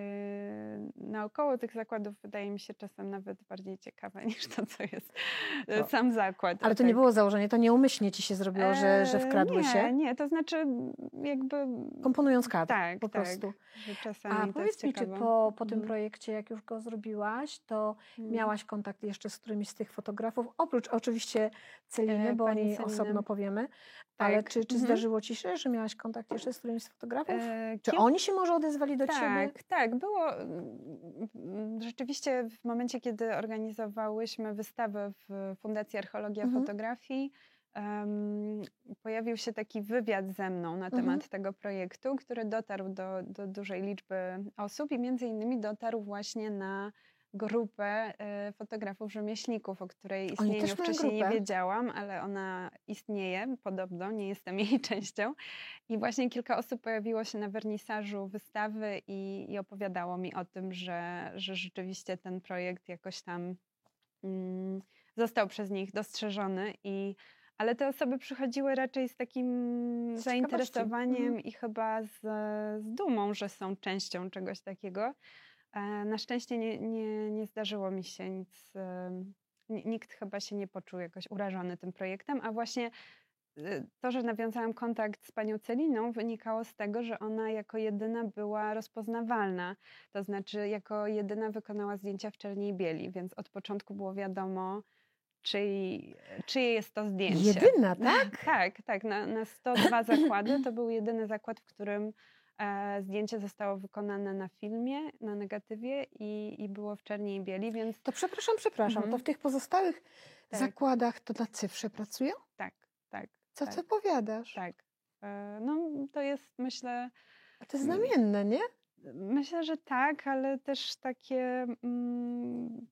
naokoło tych zakładów, wydaje mi się czasem nawet bardziej ciekawe niż to, co jest e, To. sam zakład. Ale O to nie tak. było założenie, to nieumyślnie ci się zrobiło, że, że E, wkradły nie, się, nie, to znaczy mm, jakby komponując kadr tak, po tak, prostu. że A czasami to jest powiedz mi, czy ciekawe. po, po tym Mhm. projekcie, jak już go zrobiłaś, to Mm. miałaś kontakt jeszcze z którymś z tych fotografów, oprócz oczywiście Celiny, E, bo o pani niej Celiny. osobno powiemy, ale Tak. czy, czy Mhm. zdarzyło ci się, że miałaś kontakt jeszcze z którymś z fotografów? E, Czy kil- oni się może odezwali do ciebie? Tak, tak, było. mm, mm, Rzeczywiście w momencie, kiedy organizowałyśmy wystawę w Fundacji Archeologia Mhm. Fotografii, em, pojawił się taki wywiad ze mną na Mhm. temat tego projektu, który dotarł do, do dużej liczby osób i między innymi dotarł właśnie na grupę e, fotografów rzemieślników, o której Oni istnieniu też mają wcześniej nie grupę. wiedziałam, ale ona istnieje podobno, nie jestem jej częścią. I właśnie kilka osób pojawiło się na wernisażu wystawy i, i opowiadało mi o tym, że, że rzeczywiście ten projekt jakoś tam mm, został przez nich dostrzeżony. I, ale te osoby przychodziły raczej z takim Z ciekawości. zainteresowaniem Mhm. i chyba z, z dumą, że są częścią czegoś takiego. E, Na szczęście nie, nie, nie zdarzyło mi się nic, em, ni- nikt chyba się nie poczuł jakoś urażony tym projektem, a właśnie y, to, że nawiązałam kontakt z panią Celiną, wynikało z tego, że ona jako jedyna była rozpoznawalna. To znaczy, jako jedyna wykonała zdjęcia w czerni i bieli, więc od początku było wiadomo, czyj, czyje jest to zdjęcie. Jedyna, tak? Tak, tak. Na, na sto dwa zakłady to był jedyny zakład, w którym e, zdjęcie zostało wykonane na filmie, na negatywie i, i było w czerni i bieli, więc To przepraszam, przepraszam, to Mhm. w tych pozostałych Tak. zakładach to na cyfrze pracują? tak, tak, Co tak, ty powiadasz? tak. E, no to jest, myślę, A to jest znamienne, nie? myślę, że tak, ale też takie mm,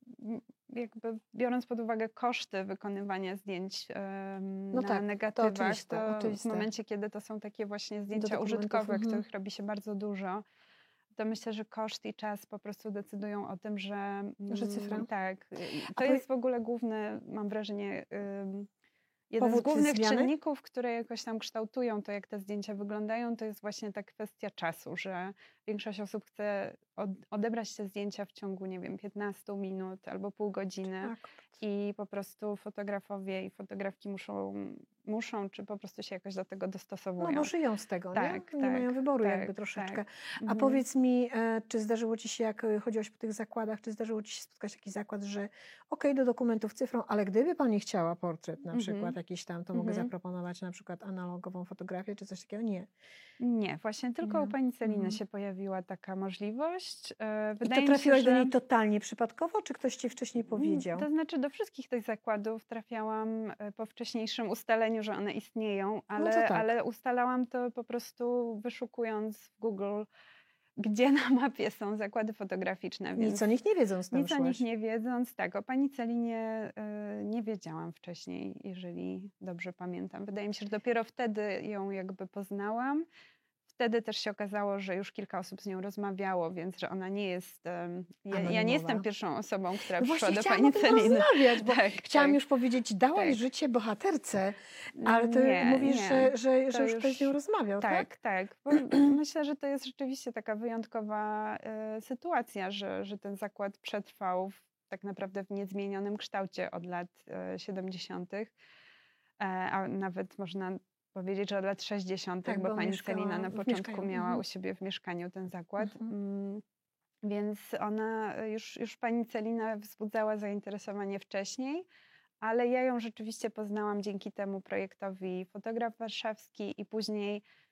jakby biorąc pod uwagę koszty wykonywania zdjęć em, No na tak, to negatywach, oczywiste, to w oczywiste. momencie, kiedy to są takie właśnie zdjęcia dokumentów, użytkowe, mhm. których robi się bardzo dużo, to myślę, że koszt i czas po prostu decydują o tym, że Że mm, cyfra. tak. i A To powie- jest w ogóle główny, mam wrażenie, ym, jeden z Powód głównych zmiany? czynników, które jakoś tam kształtują to, jak te zdjęcia wyglądają, to jest właśnie ta kwestia czasu, że większość osób chce od, odebrać te zdjęcia w ciągu, nie wiem, piętnastu minut albo pół godziny. Tak. I po prostu fotografowie i fotografki muszą, muszą, czy po prostu się jakoś do tego No dostosowują. bo żyją z tego, Tak, nie? Nie tak, mają wyboru tak, jakby troszeczkę. tak. A Mhm. powiedz mi, e, czy zdarzyło ci się, jak e, chodziłaś po tych zakładach, czy zdarzyło ci się spotkać taki zakład, że okej, do dokumentów cyfrą, ale gdyby pani chciała portret na Mhm. przykład jakiś tam, to mogę Mhm. zaproponować na przykład analogową fotografię, czy coś takiego? Nie. Nie, właśnie tylko Nie. u pani Celiny Mhm. się pojawiła taka możliwość. E, I Wydaje to mi się, trafiłaś do że niej totalnie przypadkowo, czy ktoś ci wcześniej Mm, powiedział? To znaczy do wszystkich tych zakładów trafiałam e, po wcześniejszym ustaleniu, że one istnieją, ale, No to tak. ale ustalałam to po prostu wyszukując w Google, gdzie na mapie są zakłady fotograficzne. Nic Więc o nich nie wiedząc tam nic o nich szłaś. nie wiedząc, tak, o pani Celinie e, nie wiedziałam wcześniej, jeżeli dobrze pamiętam. Wydaje mi się, że dopiero wtedy ją jakby poznałam. Wtedy też się okazało, że już kilka osób z nią rozmawiało, więc że ona nie jest. em, Ja, ja nie Anonimowa. jestem pierwszą osobą, która No przyszła właśnie do chciałam pani o tym Celiny. porozmawiać, bo Tak, chciałam tak. już powiedzieć, dałaś Tak. życie bohaterce, ale ty Nie, mówisz, nie. że, że, To że już ktoś z nią już- rozmawiał, tak? Tak, tak. Bo myślę, że to jest rzeczywiście taka wyjątkowa e, sytuacja, że, że ten zakład przetrwał w, tak naprawdę w niezmienionym kształcie od lat e, siedemdziesiątych, e, a nawet można powiedzieć, że od lat sześćdziesiątych, Tak, bo bo pani mieszkała Celina na w początku mieszkaniu. miała Mhm. u siebie w mieszkaniu ten zakład. Mhm. Mm, Więc ona, e, już, już pani Celina wzbudzała zainteresowanie wcześniej, ale ja ją rzeczywiście poznałam dzięki temu projektowi Fotograf Warszawski i później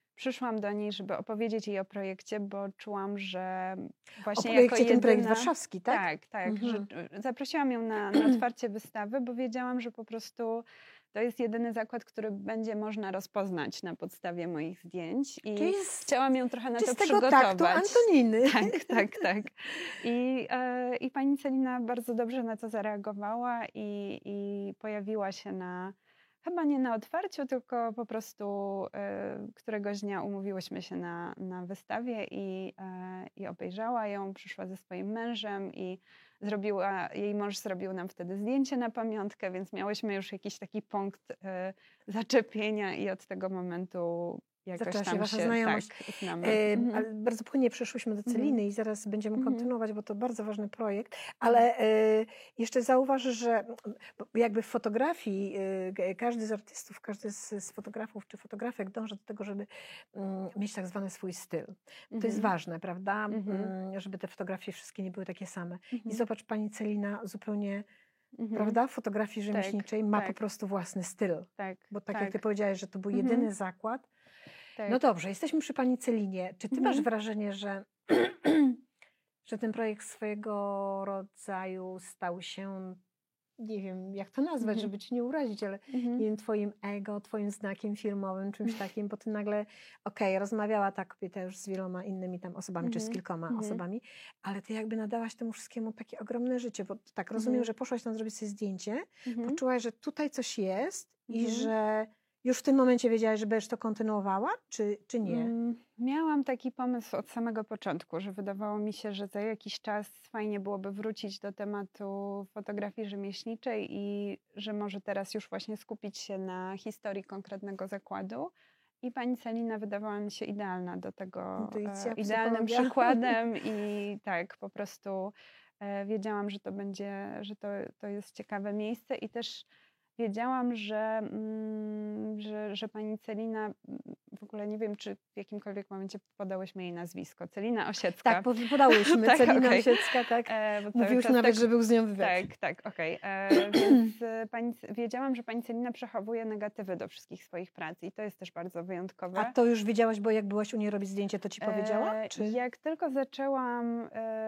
przyszłam do niej, żeby opowiedzieć jej o projekcie, bo czułam, że O właśnie jako projekcie ten projekt jedyna warszawski, tak? tak, tak, że Mhm. zaprosiłam ją na na otwarcie wystawy, bo wiedziałam, że po prostu to jest jedyny zakład, który będzie można rozpoznać na podstawie moich zdjęć Czyli i z chciałam ją trochę na to czystego taktu przygotować. Antoniny. Tak, tak, tak. I, e, i pani Celina bardzo dobrze na to zareagowała i, i pojawiła się na, chyba nie na otwarciu, tylko po prostu e, któregoś dnia umówiłyśmy się na, na wystawie i, e, i obejrzała ją, przyszła ze swoim mężem i zrobiła, jej mąż zrobił nam wtedy zdjęcie na pamiątkę, więc miałyśmy już jakiś taki punkt e, zaczepienia i od tego momentu jakoś Zaczęła się tam wasza się tak znajomość. znamy. E, Mhm. ale bardzo płynnie przeszłyśmy do Mhm. Celiny i zaraz będziemy Mhm. kontynuować, bo to bardzo ważny projekt. Ale e, jeszcze zauważ, że bo jakby w fotografii e, każdy z artystów, każdy z, z fotografów czy fotografek dąży do tego, żeby mm, mieć tak zwany swój styl. To jest Mhm. ważne, prawda? Mhm. Mm, żeby te fotografie wszystkie nie były takie same. I Mhm. zobacz, pani Celina zupełnie, Mhm. prawda, w fotografii Tak, rzemieślniczej ma po tak, prostu własny styl. tak, Bo tak jak ty tak. powiedziałaś, że to był Mhm. jedyny zakład. No Tak. dobrze, jesteśmy przy pani Celinie. Czy ty masz Mhm. wrażenie, że, że ten projekt swojego rodzaju stał się, nie wiem jak to nazwać, Mhm. żeby ci nie urazić, ale nie Mhm. wiem, twoim ego, twoim znakiem firmowym, czymś takim, bo ty nagle, okej, rozmawiała ta kobieta już z wieloma innymi tam osobami, czy z Mhm. kilkoma Mhm. osobami, ale ty jakby nadałaś temu wszystkiemu takie ogromne życie, bo tak rozumiem, Mhm. że poszłaś tam zrobić sobie zdjęcie, Mhm. poczułaś, że tutaj coś jest i Mhm. że już w tym momencie wiedziałaś, że będziesz to kontynuowała, czy, czy nie? Mm, Miałam taki pomysł od samego początku, że wydawało mi się, że za jakiś czas fajnie byłoby wrócić do tematu fotografii rzemieślniczej i że może teraz już właśnie skupić się na historii konkretnego zakładu. I pani Celina wydawała mi się idealna do tego, e, Intuicja, idealnym psychologia. przykładem i tak, po prostu e, wiedziałam, że to będzie, że to, to jest ciekawe miejsce i też wiedziałam, że, mm, że, że pani Celina, mm, w ogóle nie wiem, czy w jakimkolwiek momencie podałyśmy jej nazwisko. Celina Osiecka. Tak, po- podałyśmy. Tak, Celina okej. Osiecka, tak. E, bo cały Mówiłyśmy czas nawet, tak, że był z nią wywiad. tak, tak, okej. E, Więc e, pani, wiedziałam, że pani Celina przechowuje negatywy do wszystkich swoich prac i to jest też bardzo wyjątkowe. A to już wiedziałaś, bo jak byłaś u niej robić zdjęcie, to ci powiedziała? E, Czy? Jak tylko zaczęłam,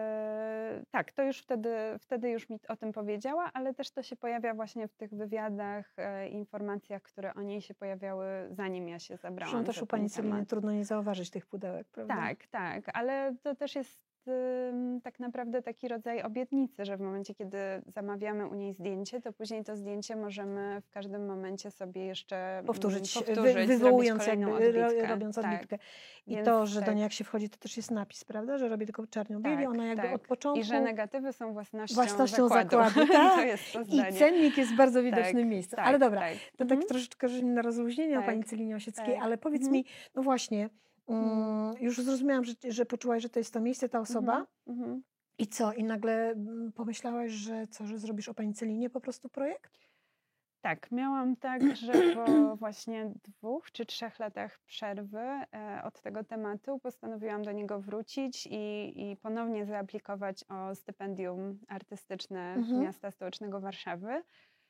e, tak, to już wtedy, wtedy już mi o tym powiedziała, ale też to się pojawia właśnie w tych wywiadach, e, informacjach, które o niej się pojawiały, zanim ja się zabrałam Zresztą też za u pani ten Celiny temat. trudno nie zauważyć tych pudełek, prawda? Tak, tak, ale to też jest ym, tak naprawdę taki rodzaj obietnicy, że w momencie, kiedy zamawiamy u niej zdjęcie, to później to zdjęcie możemy w każdym momencie sobie jeszcze mm, Powtórzyć, wy, powtórzyć, wywołując zrobić kolejną jakby, ro- odbitkę. robiąc Tak, odbitkę. I więc to, że do tak. niej jak się wchodzi, to też jest napis, prawda? Że robi tylko czarno-bieli, Tak, ona jakby tak. od początku... I że negatywy są własnością, własnością zakładu. zakładu, To tak. jest to I zdanie. cennik jest w bardzo widocznym Tak, miejscu. tak, Ale dobra, tak. to tak Mhm. troszeczkę że na rozluźnienie o Tak, pani Celinie Osieckiej, tak. ale powiedz Mhm. mi, no właśnie, Mm. mm, już zrozumiałam, że, że poczułaś, że to jest to miejsce, ta osoba. Mhm. Mhm. I co? I nagle mm, pomyślałaś, że co, że zrobisz o pani Celinie po prostu projekt? Tak, miałam tak, że po właśnie dwóch czy trzech latach przerwy e, od tego tematu postanowiłam do niego wrócić i, i ponownie zaaplikować o stypendium artystyczne Mhm. miasta stołecznego Warszawy.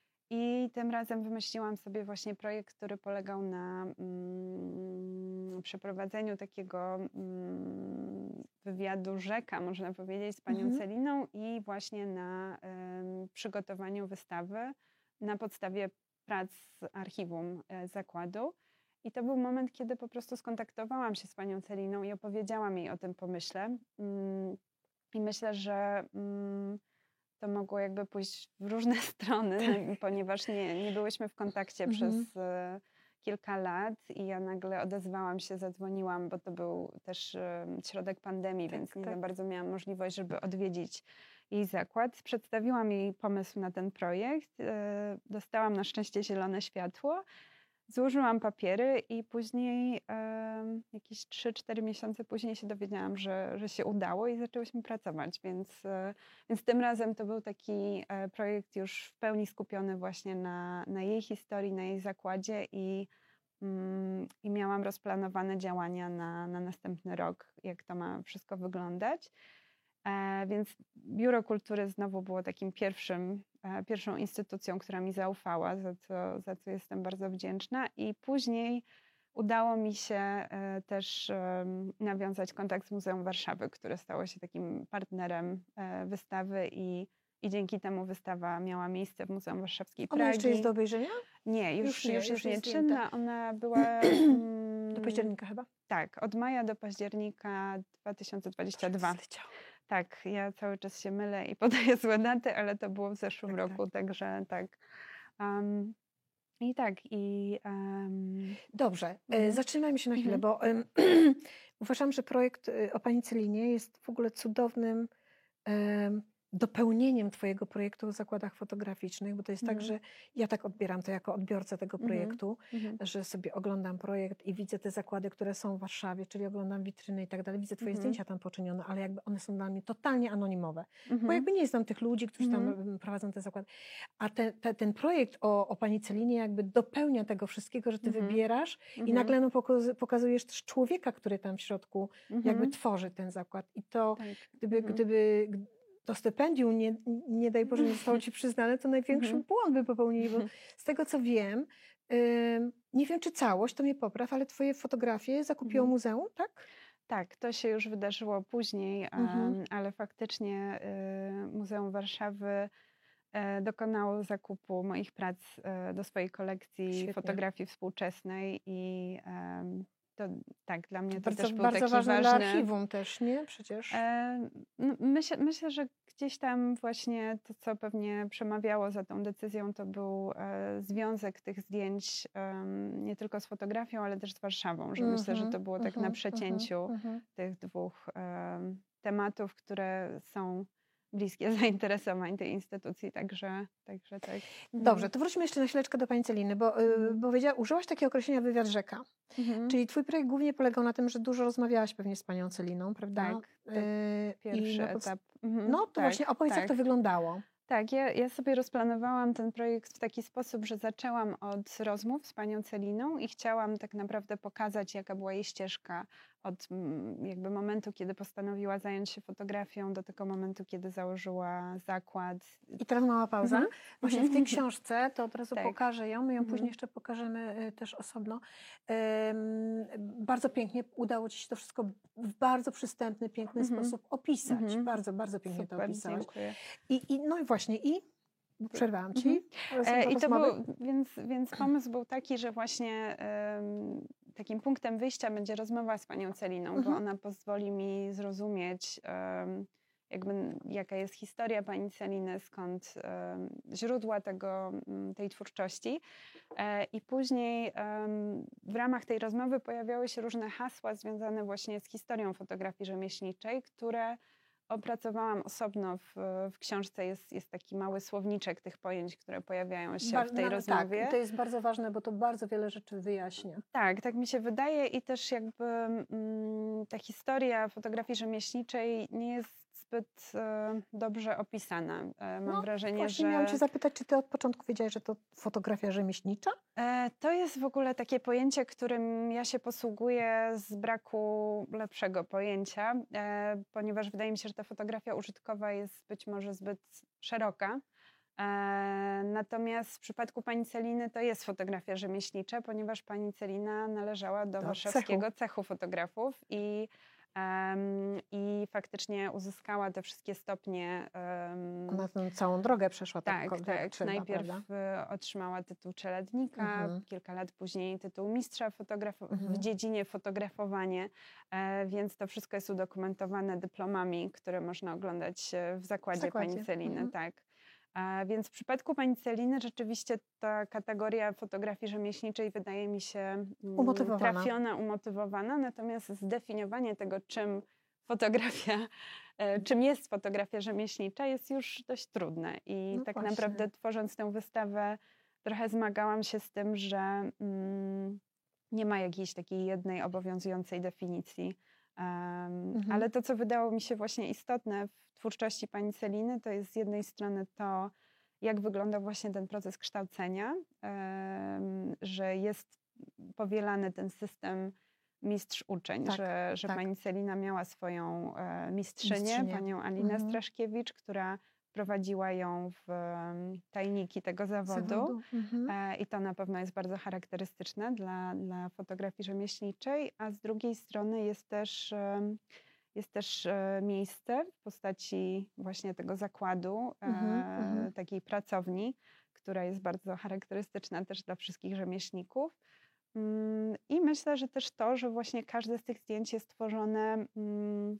I tym razem wymyśliłam sobie właśnie projekt, który polegał na mm, przeprowadzeniu takiego mm, wywiadu rzeka, można powiedzieć, z panią Mhm. Celiną i właśnie na em, przygotowaniu wystawy na podstawie prac z archiwum e, zakładu. I to był moment, kiedy po prostu skontaktowałam się z panią Celiną i opowiedziałam jej o tym pomyśle. Mm, I myślę, że mm, to mogło jakby pójść w różne strony, no, ponieważ nie, nie byłyśmy w kontakcie Mhm. przez e, kilka lat i ja nagle odezwałam się, zadzwoniłam, bo to był też e, środek pandemii, Tak, więc nie tak. za bardzo miałam możliwość, żeby odwiedzić jej zakład. Przedstawiłam jej pomysł na ten projekt, e, dostałam na szczęście zielone światło. Złożyłam papiery i później, e, jakieś trzy cztery miesiące później się dowiedziałam, że, że się udało i zaczęłyśmy pracować, więc, e, więc tym razem to był taki e, projekt już w pełni skupiony właśnie na, na jej historii, na jej zakładzie i, mm, i miałam rozplanowane działania na, na następny rok, jak to ma wszystko wyglądać. E, Więc Biuro Kultury znowu było takim pierwszym, e, pierwszą instytucją, która mi zaufała, za co, za co jestem bardzo wdzięczna. I później udało mi się e, też em, nawiązać kontakt z Muzeum Warszawy, które stało się takim partnerem e, wystawy i, i dzięki temu wystawa miała miejsce w Muzeum Warszawskiej Ona jeszcze jest do Pragi. obejrzenia? Nie, już, Już nie, już już jest jest zdjęta. nieczynna. Ona była Do mm, października chyba? tak, od maja do października dwa tysiące dwudziestego drugiego. Zleciało. Tak, ja cały czas się mylę i podaję złe daty, ale to było w zeszłym Tak, roku, także tak. Um, I tak, i um, Dobrze, e, mhm, zatrzymajmy się na chwilę, mhm, bo em, uważam, że projekt e, o pani Celinie jest w ogóle cudownym em, dopełnieniem twojego projektu o zakładach fotograficznych, bo to jest tak, mhm, że ja tak odbieram to jako odbiorca tego mhm, projektu, mhm, że sobie oglądam projekt i widzę te zakłady, które są w Warszawie, czyli oglądam witryny i tak dalej, widzę twoje mhm, zdjęcia tam poczynione, ale jakby one są dla mnie totalnie anonimowe, bo mhm, jakby nie znam tych ludzi, którzy tam mhm, em, prowadzą te zakłady. A te, te, ten projekt o, o pani Celinie jakby dopełnia tego wszystkiego, że ty mhm, wybierasz i mhm, nagle no, pokaz- pokazujesz też człowieka, który tam w środku jakby mhm, tworzy ten zakład. I to tak, gdyby, mhm, gdyby g- to stypendium nie, nie daj Boże nie zostało ci przyznane, to największy mhm, błąd by popełnili, bo mhm, z tego co wiem, ym, nie wiem czy całość, to mnie popraw, ale twoje fotografie zakupiło mhm. muzeum, tak? Tak, to się już wydarzyło później, Mhm. em, ale faktycznie y, Muzeum Warszawy e, dokonało zakupu moich prac e, do swojej kolekcji Świetnie. fotografii współczesnej i em, to tak, dla mnie to Bardzo, też był bardzo taki ważne dla ważny. archiwum też, nie? Przecież. E, no, myślę, myślę, że gdzieś tam właśnie to, co pewnie przemawiało za tą decyzją, to był e, związek tych zdjęć em, nie tylko z fotografią, ale też z Warszawą, że myślę, że Mhm, to było tak na mhm, mhm, przecięciu mhm. tych dwóch em, tematów, które są bliskie zainteresowań tej instytucji, także, także tak. Dobrze, Mhm, to wróćmy jeszcze na chwileczkę do pani Celiny, bo, y, mhm, bo powiedziała, użyłaś takiego określenia wywiad rzeka. mhm. Czyli twój projekt głównie polegał na tym, że dużo rozmawiałaś pewnie z panią Celiną, prawda? Tak, to Y, I pierwszy na podst- etap. Mhm, no to tak, właśnie opowiedz, jak to tak. wyglądało. Tak, ja, ja sobie rozplanowałam ten projekt w taki sposób, że zaczęłam od rozmów z panią Celiną i chciałam tak naprawdę pokazać, jaka była jej ścieżka od mm, jakby momentu, kiedy postanowiła zająć się fotografią, do tego momentu, kiedy założyła zakład. I teraz mała pauza. Mhm. Właśnie w tej książce, to od razu Tak. pokażę ją, my ją Mhm. później jeszcze pokażemy y, też osobno. Ym, bardzo pięknie udało ci się to wszystko w bardzo przystępny, piękny Mhm. sposób opisać. Mhm. Bardzo, bardzo pięknie to Super, opisałaś. dziękuję. I, i, no i właśnie, i bo przerwałam ci. Mhm. Roz- E, I to rozmowy. był, więc, więc pomysł był taki, że właśnie em, takim punktem wyjścia będzie rozmowa z panią Celiną, Mhm. bo ona pozwoli mi zrozumieć em, jakby jaka jest historia pani Celiny, skąd em, źródła tego, m, tej twórczości. E, I później em, w ramach tej rozmowy pojawiały się różne hasła związane właśnie z historią fotografii rzemieślniczej, które opracowałam osobno w, w książce. Jest, jest taki mały słowniczek tych pojęć, które pojawiają się Ba- w tej no, rozmowie. Tak, i to jest bardzo ważne, bo to bardzo wiele rzeczy wyjaśnia. Tak, tak mi się wydaje i też jakby mm, ta historia fotografii rzemieślniczej nie jest zbyt e, dobrze opisana. E, mam No, wrażenie, właśnie że miałam cię zapytać, czy ty od początku wiedziałaś, że to fotografia rzemieślnicza? e, to jest w ogóle takie pojęcie, którym ja się posługuję z braku lepszego pojęcia, e, ponieważ wydaje mi się, że ta fotografia użytkowa jest być może zbyt szeroka. E, natomiast w przypadku pani Celiny to jest fotografia rzemieślnicza, ponieważ pani Celina należała do, Do warszawskiego cechu fotografów i, em, i faktycznie uzyskała te wszystkie stopnie. em, Ona tę całą drogę przeszła tak, tak, jak tak. trzeba, Najpierw prawda? y, otrzymała tytuł czeladnika, Mhm. kilka lat później tytuł mistrza fotograf- Mhm. w dziedzinie fotografowanie, e, więc to wszystko jest udokumentowane dyplomami, które można oglądać e, w zakładzie, zakładzie. pani Celiny. Mhm. Tak. A więc w przypadku pani Celiny rzeczywiście ta kategoria fotografii rzemieślniczej wydaje mi się mm, Umotywowana. trafiona, umotywowana, natomiast zdefiniowanie tego, czym fotografia, e, czym jest fotografia rzemieślnicza, jest już dość trudne. I No tak właśnie. naprawdę tworząc tę wystawę trochę zmagałam się z tym, że mm, nie ma jakiejś takiej jednej obowiązującej definicji. Um, Mhm. Ale to, co wydało mi się właśnie istotne w twórczości pani Celiny, to jest z jednej strony to, jak wygląda właśnie ten proces kształcenia, em, że jest powielany ten system mistrz-uczeń, Tak, że, że tak. pani Celina miała swoją e, mistrzynię, Mistrzynię. panią Alinę Mhm. Straszkiewicz, która wprowadziła ją w em, tajniki tego zawodu. Zawodu. Mhm. E, I to na pewno jest bardzo charakterystyczne dla, dla fotografii rzemieślniczej, a z drugiej strony jest też, em, jest też e, miejsce w postaci właśnie tego zakładu, Mhm. e, Mhm. takiej pracowni, która jest bardzo charakterystyczna też dla wszystkich rzemieślników. Mm, I myślę, że też to, że właśnie każde z tych zdjęć jest tworzone, mm,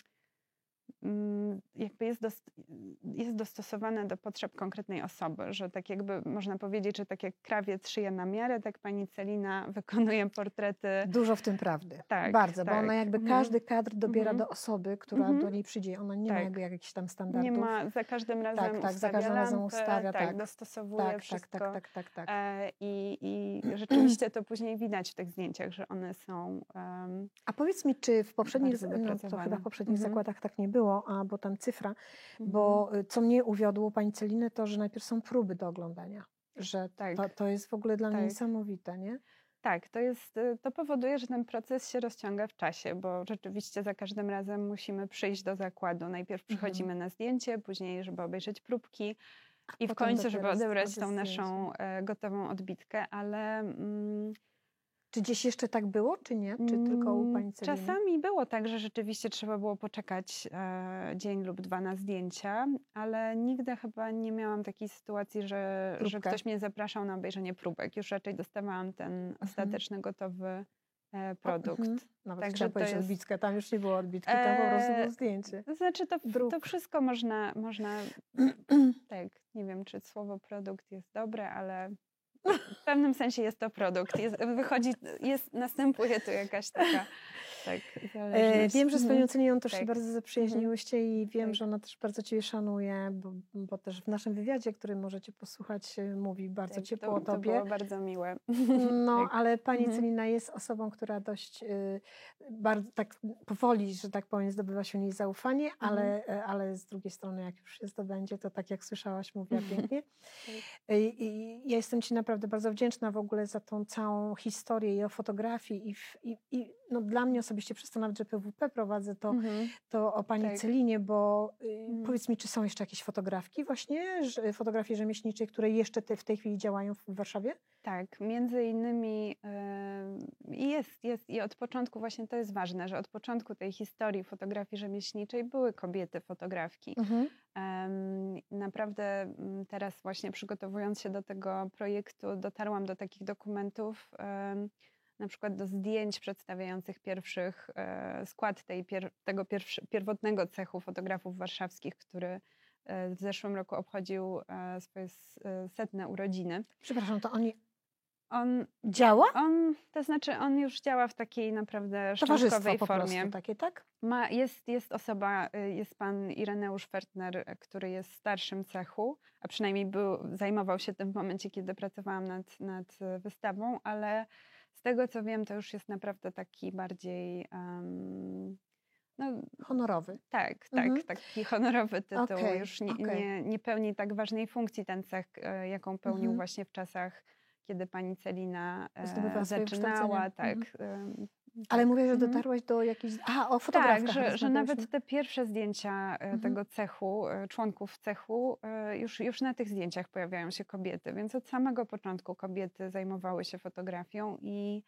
mm, jakby jest, dos- jest dostosowane do potrzeb konkretnej osoby, że tak jakby można powiedzieć, że tak jak krawiec szyje na miarę, tak pani Celina wykonuje portrety. Dużo w tym prawdy. Tak, Bardzo, bo ona tak. jakby Mhm. każdy kadr dobiera Mhm. do osoby, która Mhm. do niej przyjdzie. Ona nie ma Tak. jakby jakichś tam Nie standardów. ma, za każdym razem Tak, tak, za ustawia każdym razem lampę, ustawia, tak, tak. dostosowuje Tak, tak, wszystko. tak, tak, tak, tak. E, I, I rzeczywiście to później widać w tych zdjęciach, że one są em, A powiedz mi, czy w poprzednich, bardzo no to chyba dopracowane. w poprzednich Mhm. zakładach tak nie było, a bo tam cyfra, Mhm. bo y, co mnie uwiodło pani Celiny, to że najpierw są próby do oglądania, że Tak, to, to jest w ogóle dla mnie tak. niesamowite, nie? Tak, to jest, y, to powoduje, że ten proces się rozciąga w czasie, bo rzeczywiście za każdym razem musimy przyjść do zakładu. Najpierw Mhm. przychodzimy na zdjęcie, później, żeby obejrzeć próbki i w Potem końcu, żeby dopiero odebrać tą zdjęcie. naszą e, gotową odbitkę, ale mm, Czy gdzieś jeszcze tak było, czy nie? Czy tylko u mm, pani Celiny? czasami było tak, że rzeczywiście trzeba było poczekać e, dzień lub dwa na zdjęcia, ale nigdy chyba nie miałam takiej sytuacji, że, że Próbkę. ktoś mnie zapraszał na obejrzenie próbek. Już raczej dostawałam ten Mhm. ostateczny, gotowy e, O, produkt. mhm. Nawet Także chciałam to powiedzieć jest. odbitkę, tam już nie było odbitki, tam po prostu było E, zdjęcie. to znaczy, to, to Druk. wszystko można, można. Tak, nie wiem, czy słowo produkt jest dobre, ale w pewnym sensie jest to produkt. Jest, wychodzi, jest, następuje tu jakaś taka tak, E, zależność. Wiem, że z Mhm. panią Celiną też się Tak. bardzo Mhm. zaprzyjaźniłyście i wiem, Tak. że ona też bardzo ciebie szanuje, bo, bo też w naszym wywiadzie, który możecie posłuchać, e, mówi bardzo Tak, ciepło to, o to tobie. było bardzo miłe. No, Tak. ale pani Mhm. Celina jest osobą, która dość y, bardzo tak powoli, że tak powiem, zdobywa się u niej zaufanie, Mhm. ale, e, ale z drugiej strony, jak już się zdobędzie, to tak jak słyszałaś, mówiła pięknie. Tak. I, i ja jestem ci naprawdę bardzo wdzięczna w ogóle za tą całą historię i o fotografii i, w, i, i no dla mnie osobiście przez to nawet, że P W P prowadzę, to, Mhm. to o pani Tak. Celinie, bo y, Mhm. powiedz mi, czy są jeszcze jakieś fotografki właśnie, że, fotografii rzemieślniczej, które jeszcze te, w tej chwili działają w Warszawie? Tak, między innymi em, jest, jest i od początku właśnie to jest ważne, że od początku tej historii fotografii rzemieślniczej były kobiety fotografki. Mhm. Em, Naprawdę mm, teraz właśnie przygotowując się do tego projektu dotarłam do takich dokumentów, em, na przykład do zdjęć przedstawiających pierwszych e, skład tej pier, tego pierwszy, pierwotnego cechu fotografów warszawskich, który e, w zeszłym roku obchodził e, swoje s- e, setne urodziny. Przepraszam, to oni On, działa? on, to znaczy on już działa w takiej naprawdę Towarzystwo szczątkowej po formie. prostu takie, tak? Ma, jest, jest osoba, y, jest pan Ireneusz Fertner, y, który jest starszym cechu, a przynajmniej był, zajmował się tym w momencie, kiedy pracowałam nad, nad y, wystawą, ale z tego co wiem, to już jest naprawdę taki bardziej, um, no Honorowy. tak, tak, Mhm. taki honorowy tytuł. Okej, Już nie, okej. nie, nie pełni tak ważnej funkcji ten cech, e, jaką pełnił Mhm. właśnie w czasach, kiedy pani Celina e, Zdobywała swoje zaczynała. wykształcenie. Tak, em, Ale tak. mówię, że Mhm. dotarłaś do jakichś... A, o Tak, fotografkach że, że rozmawialiśmy. nawet te pierwsze zdjęcia e, Mhm. tego cechu, e, członków cechu, e, już, już na tych zdjęciach pojawiają się kobiety, więc od samego początku kobiety zajmowały się fotografią i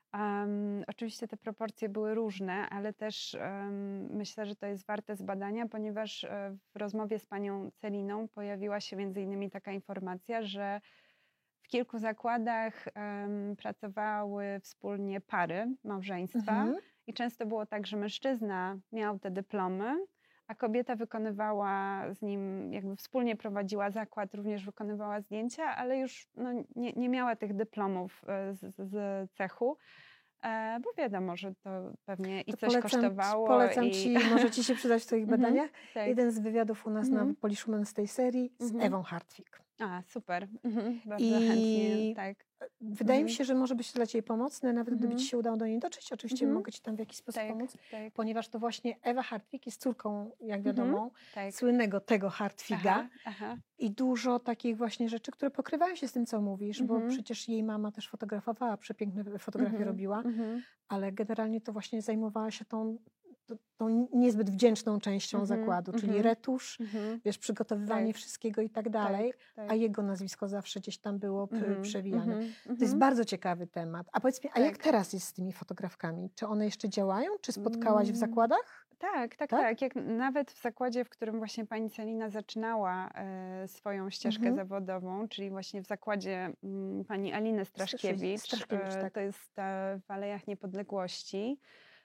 em, oczywiście te proporcje były różne, ale też em, myślę, że to jest warte zbadania, ponieważ e, w rozmowie z panią Celiną pojawiła się między innymi taka informacja, że w kilku zakładach em, pracowały wspólnie pary, małżeństwa Mhm. i często było tak, że mężczyzna miał te dyplomy, a kobieta wykonywała z nim, jakby wspólnie prowadziła zakład, również wykonywała zdjęcia, ale już no, nie, nie miała tych dyplomów e, z, z cechu, e, bo wiadomo, że to pewnie i To coś polecam, kosztowało. polecam i... ci, może ci się przydać w twoich Mhm, badaniach. tak. Jeden z wywiadów u nas na Mhm. Polishuman z tej serii z Mhm. Ewą Hartwig. A, super. Mhm, bardzo chętnie, I tak. wydaje mi Mhm. się, że może być to dla ciebie pomocne, nawet gdyby Mhm. ci się udało do niej dotrzeć. Oczywiście Mhm. mogę ci tam w jakiś sposób Tak, pomóc, tak. ponieważ to właśnie Ewa Hartwig jest córką, jak Mhm. wiadomo, Tak. słynnego tego Hartwiga. Aha, aha. I dużo takich właśnie rzeczy, które pokrywają się z tym, co mówisz, bo Mhm. przecież jej mama też fotografowała, przepiękne fotografie Mhm. robiła, Mhm. ale generalnie to właśnie zajmowała się tą to, tą niezbyt wdzięczną częścią Mhm, zakładu, czyli mhm, retusz, mhm. wiesz, przygotowywanie Tak, wszystkiego i tak dalej, tak, a tak. jego nazwisko zawsze gdzieś tam było pr- Mhm, przewijane. mhm, To jest mhm. bardzo ciekawy temat. A powiedz mi, a jak Tak. teraz jest z tymi fotografkami? Czy one jeszcze działają? Czy spotkałaś w Mm, zakładach? Tak, tak, Tak? tak. Jak nawet w zakładzie, w którym właśnie pani Celina zaczynała e, swoją ścieżkę Mhm. zawodową, czyli właśnie w zakładzie mm, pani Aliny Straszkiewicz, Straszkiewicz, e, tak. to jest e, w Alejach Niepodległości.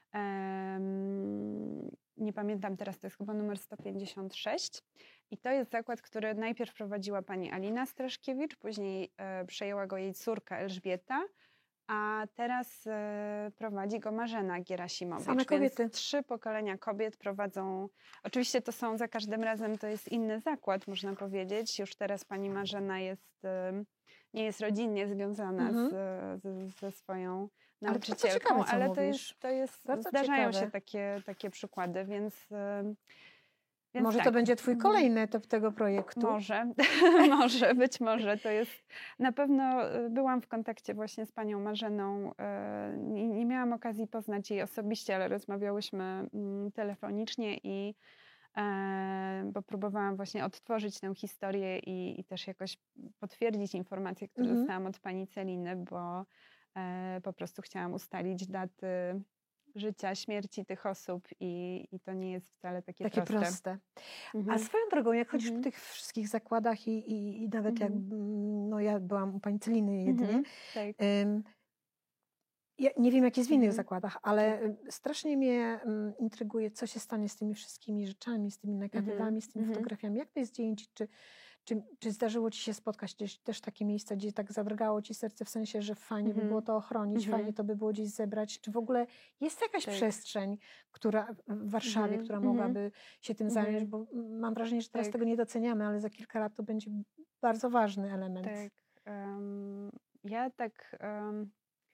Em, nie pamiętam teraz, to jest chyba numer sto pięćdziesiąt sześć. I to jest zakład, który najpierw prowadziła pani Alina Straszkiewicz, później e, przejęła go jej córka Elżbieta, a teraz e, prowadzi go Marzena Gerasimowicz. Same Więc kobiety. trzy pokolenia kobiet prowadzą. Oczywiście to są za każdym razem, to jest inny zakład, można powiedzieć. Już teraz pani Marzena jest, e, nie jest rodzinnie związana Mhm. z, z, ze swoją Ale to bardzo nauczycielką, ciekawe, co ale to mówisz. jest, to jest Bardzo zdarzają ciekawe. się takie, takie przykłady, więc, e, więc Może to tak. będzie twój Mhm. kolejny etap tego projektu? Może, może, być może. To jest na pewno y, byłam w kontakcie właśnie z panią Marzeną. y, Nie, nie miałam okazji poznać jej osobiście, ale rozmawiałyśmy mm, telefonicznie i e, bo próbowałam właśnie odtworzyć tę historię i, i też jakoś potwierdzić informacje, które Mhm. dostałam od pani Celiny, bo e, po prostu chciałam ustalić daty życia, śmierci tych osób i, i to nie jest wcale takie, Takie proste. proste. A Mhm. swoją drogą, jak chodzisz po Mhm. tych wszystkich zakładach i, i, i nawet jak Mhm. mm, no ja byłam u pani Celiny jedynie, Mhm. Tak. ym, ja nie wiem, jak jest w innych Mhm. zakładach, ale Tak. y, strasznie mnie mm, intryguje, co się stanie z tymi wszystkimi rzeczami, z tymi Mhm. negatywami, z tymi Mhm. fotografiami. Jak to jest zdjęć? Czy, czy, czy zdarzyło ci się spotkać gdzieś też takie miejsca, gdzie tak zadrgało ci serce, w sensie, że fajnie by było Mhm. to ochronić, fajnie Mhm. to by było gdzieś zebrać? Czy w ogóle jest jakaś Tak. przestrzeń, która w Warszawie, Mhm. która Mhm. mogłaby się tym zająć? Mhm. Bo mm, mam wrażenie, że teraz Tak. tego nie doceniamy, ale za kilka lat to będzie bardzo ważny element. Tak. Em, ja tak em,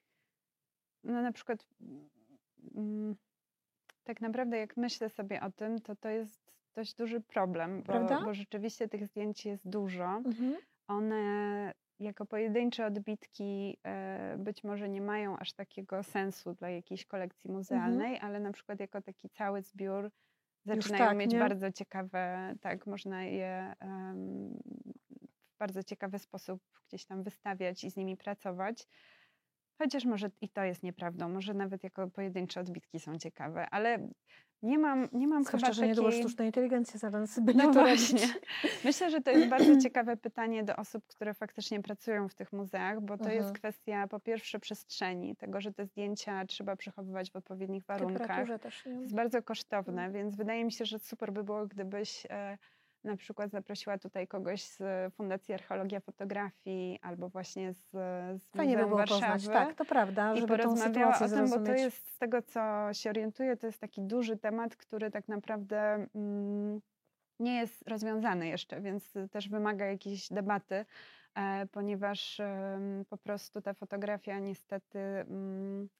no na przykład mm, tak naprawdę jak myślę sobie o tym, to to jest dość duży problem, bo, Prawda? bo rzeczywiście tych zdjęć jest dużo. Mhm. One jako pojedyncze odbitki e, być może nie mają aż takiego sensu dla jakiejś kolekcji Mhm. muzealnej, ale na przykład jako taki cały zbiór Już zaczynają tak, mieć nie? bardzo ciekawe, tak, można je em, w bardzo ciekawy sposób gdzieś tam wystawiać i z nimi pracować. Chociaż może i to jest nieprawdą, może nawet jako pojedyncze odbitki są ciekawe, ale nie mam, nie mam chyba Zwłaszcza, że niedługo takiej... sztuczna inteligencja zaraz będzie No to właśnie. robić. Myślę, że to jest bardzo ciekawe pytanie do osób, które faktycznie pracują w tych muzeach, bo to jest Mhm. kwestia po pierwsze przestrzeni, tego, że te zdjęcia trzeba przechowywać w odpowiednich W warunkach. temperaturze też, To nie? jest bardzo kosztowne, Mhm. więc wydaje mi się, że super by było, gdybyś e, na przykład zaprosiła tutaj kogoś z Fundacji Archeologia Fotografii albo właśnie z, z Fajnie by Muzeum było poznać, Warszawy tak, to prawda, i żeby tą porozmawiała sytuację o tym, bo to zrozumieć. jest z tego, co się orientuję, to jest taki duży temat, który tak naprawdę mm, nie jest rozwiązany jeszcze, więc też wymaga jakiejś debaty, e, ponieważ em, po prostu ta fotografia niestety mm,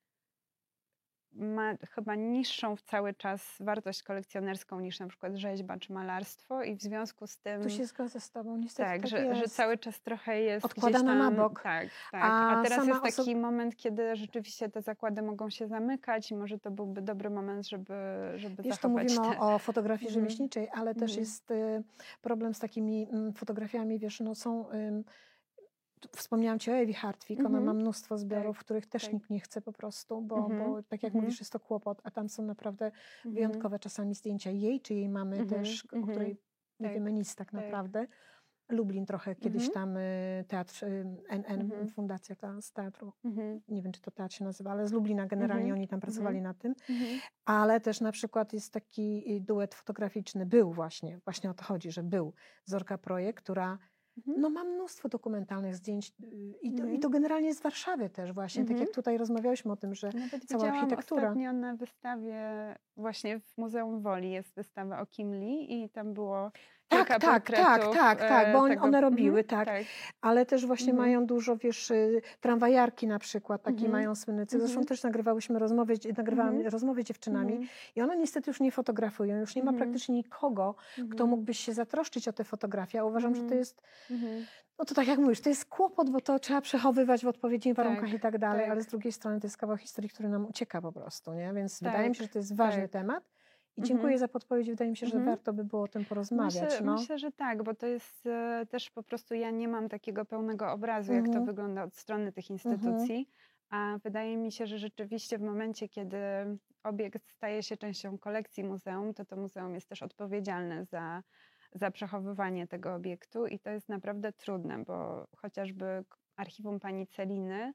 ma chyba niższą w cały czas wartość kolekcjonerską niż na przykład rzeźba czy malarstwo i w związku z Tu tym się zgodzę z tobą, niestety tak, tak że, że jest. cały czas trochę jest gdzieś Odkładana na tam, bok. tak, tak. A A teraz sama jest taki oso- moment, kiedy rzeczywiście te zakłady mogą się zamykać i może to byłby dobry moment, żeby, żeby Wiesz, to zachować mówimy te... o, o fotografii Mhm, rzemieślniczej, ale też mhm, jest y, problem z takimi mm, fotografiami, wiesz, no są... ym, tu Wspomniałam ci o Ewi Hartwig, ona ma mhm, mnóstwo tak, zbiorów, których też tak. nikt nie chce po prostu, bo, Mhm, bo tak jak mhm, mówisz, jest to kłopot, a tam są naprawdę mhm, wyjątkowe czasami zdjęcia jej czy jej mamy mhm, też, o mhm, której nie tak, wiemy nic tak tak. naprawdę. Lublin trochę kiedyś Mhm, tam y, teatr, y, N N, mhm, fundacja ta z teatru, mhm, nie wiem czy to teatr się nazywa, ale z Lublina generalnie mhm, oni tam pracowali mhm, nad tym, mhm, ale też na przykład jest taki y, duet fotograficzny, był właśnie, właśnie o to chodzi, że był Zorka Projekt, która mhm, no ma mnóstwo dokumentalnych zdjęć y, i to, i mhm, to generalnie z Warszawy też właśnie, tak mhm. jak tutaj rozmawialiśmy o tym, że Nawet cała widziałam architektura. ostatnio na wystawie, właśnie w Muzeum Woli jest wystawa o Kim Lee i tam było Tak, kilka tak, tak, portretów tak, tak, bo e, on, tego... one Mhm, robiły, tak, tak. ale też właśnie Mhm, mają dużo, wiesz, y, tramwajarki na przykład, taki mhm, mają słynny cykl. Zresztą mhm, też nagrywałyśmy rozmowy, nagrywałam mhm, rozmowy z dziewczynami mhm, i one niestety już nie fotografują, już nie ma mhm, praktycznie nikogo, kto mhm, mógłby się zatroszczyć o te fotografie, a uważam, że to mhm, jest mhm. No to tak jak mówisz, to jest kłopot, bo to trzeba przechowywać w odpowiednich warunkach Tak, i tak dalej, ale tak. z drugiej strony to jest kawał historii, który nam ucieka po prostu, nie? Więc wydaje mi się, że Tak, to jest ważny tak. temat i Mhm. dziękuję za podpowiedź. Wydaje mi się, że Mhm. warto by było o tym porozmawiać, Myślę, no. myślę, że tak, bo to jest e, też po prostu ja nie mam takiego pełnego obrazu, jak to Mhm, wygląda od strony tych mhm, instytucji, a wydaje mi się, że rzeczywiście w momencie, kiedy obiekt staje się częścią kolekcji muzeum, to to muzeum jest też odpowiedzialne za, za przechowywanie tego obiektu i to jest naprawdę trudne, bo chociażby k- archiwum pani Celiny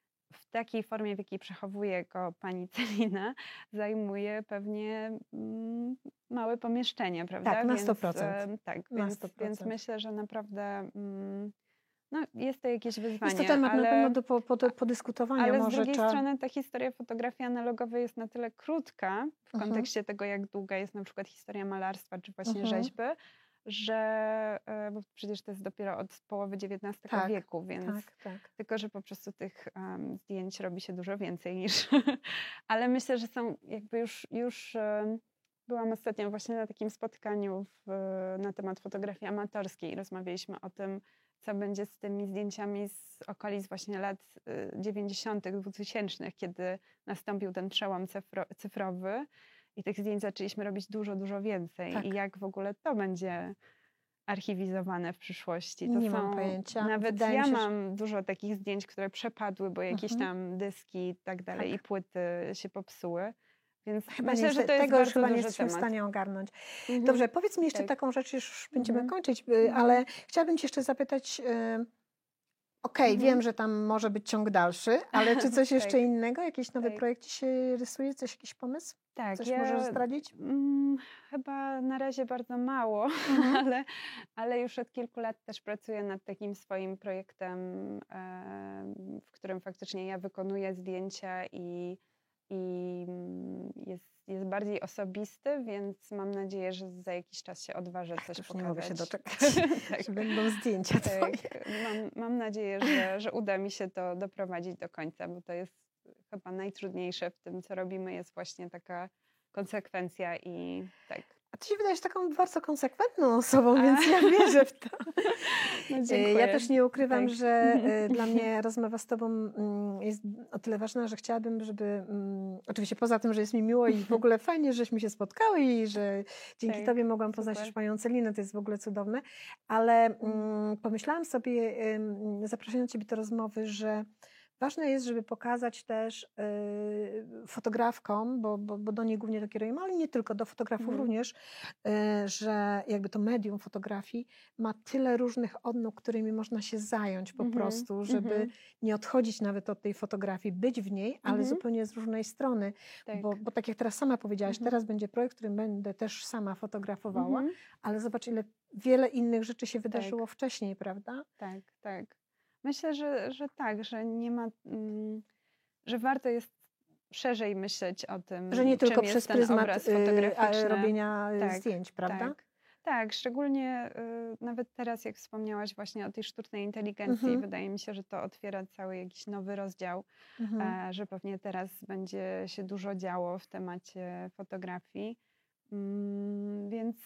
w takiej formie, w jakiej przechowuje go pani Celina, zajmuje pewnie mm, małe pomieszczenie, Tak, prawda? na Więc sto procent. em, tak, Na więc, więc sto procent. myślę, że naprawdę mm, no, jest to jakieś Jest to wyzwanie, temat na pewno ale, do po, po, a- podyskutowania. ale z Może drugiej trzeba. strony ta historia fotografii analogowej jest na tyle krótka w Mhm, kontekście tego, jak długa jest na przykład historia malarstwa czy właśnie mhm. rzeźby, że e, bo przecież to jest dopiero od połowy dziewiętnastego Tak, wieku, więc tak, tak. tylko, że po prostu tych em, zdjęć robi się dużo więcej niż. Ale myślę, że są jakby już, już em, byłam ostatnio właśnie na takim spotkaniu w, na temat fotografii amatorskiej. Rozmawialiśmy o tym, co będzie z tymi zdjęciami z okolic właśnie lat y, dziewięćdziesiątych, dwutysięcznych, kiedy nastąpił ten przełom cyfro, cyfrowy i tych zdjęć zaczęliśmy robić dużo, dużo więcej. Tak. I jak w ogóle to będzie archiwizowane w przyszłości. To Nie mam są, pojęcia. nawet Wydaje ja mi się, że. mam dużo takich zdjęć, które przepadły, bo jakieś Mhm, tam dyski i tak dalej i tak. płyty się popsuły. Więc Chyba nie myślę, że jeste, to jest tego już bardzo chyba nie duży jesteśmy w temat. stanie ogarnąć. Mhm. Dobrze, powiedz mi jeszcze Tak. taką rzecz, już będziemy Mhm. kończyć, y, Mhm. ale chciałabym Cię jeszcze zapytać, y, okej, Mhm. wiem, że tam może być ciąg dalszy, ale czy coś jeszcze Tak, innego? Jakiś nowy tak. projekt Ci się rysuje? Coś, jakiś pomysł? Tak, Coś możesz ja zdradzić? mm, chyba na razie bardzo mało, Mhm, ale, ale już od kilku lat też pracuję nad takim swoim projektem, em, w którym faktycznie ja wykonuję zdjęcia i, i mm, jest, jest bardziej osobisty, więc mam nadzieję, że za jakiś czas się odważę Ach, to coś już nie mogę się pokazać. doczekać, Tak. że będą zdjęcia Twoje. Tak, mam, mam nadzieję, że, że uda mi się to doprowadzić do końca, bo to jest chyba najtrudniejsze w tym, co robimy, jest właśnie taka konsekwencja i tak. A Ty się wydajesz taką bardzo konsekwentną osobą, A, więc ja wierzę w to. no Y, Ja dziękuję. też nie ukrywam, Tak. że y, dla mnie rozmowa z Tobą mm, jest o tyle ważna, że chciałabym, żeby, mm, oczywiście poza tym, że jest mi miło i w ogóle fajnie, żeśmy się spotkały i że dzięki Tak, Tobie mogłam poznać super. też Panią Celinę, to jest w ogóle cudowne, ale mm, pomyślałam sobie, ym, zapraszając Ciebie do rozmowy, że ważne jest, żeby pokazać też y, fotografkom, bo, bo, bo do nich głównie to kierujemy, ale nie tylko, do fotografów Mhm. również, y, że jakby to medium fotografii ma tyle różnych odnóg, którymi można się zająć po Mhm. prostu, żeby Mhm. nie odchodzić nawet od tej fotografii, być w niej, ale Mhm. zupełnie z różnej strony, Tak. bo, bo tak jak teraz sama powiedziałaś, Mhm. teraz będzie projekt, w którym będę też sama fotografowała, Mhm. ale zobacz, ile wiele innych rzeczy się Tak, wydarzyło wcześniej, prawda? tak, tak. Myślę, że, że tak, że nie ma, mm, że warto jest szerzej myśleć o tym, Że nie czym tylko jest przez ten pryzmat obraz y, a, fotograficzny. robienia y, Tak, zdjęć, prawda? tak. Tak, szczególnie y, nawet teraz, jak wspomniałaś właśnie o tej sztucznej inteligencji, Mhm, wydaje mi się, że to otwiera cały jakiś nowy rozdział, mhm. e, że pewnie teraz będzie się dużo działo w temacie fotografii. Mm, więc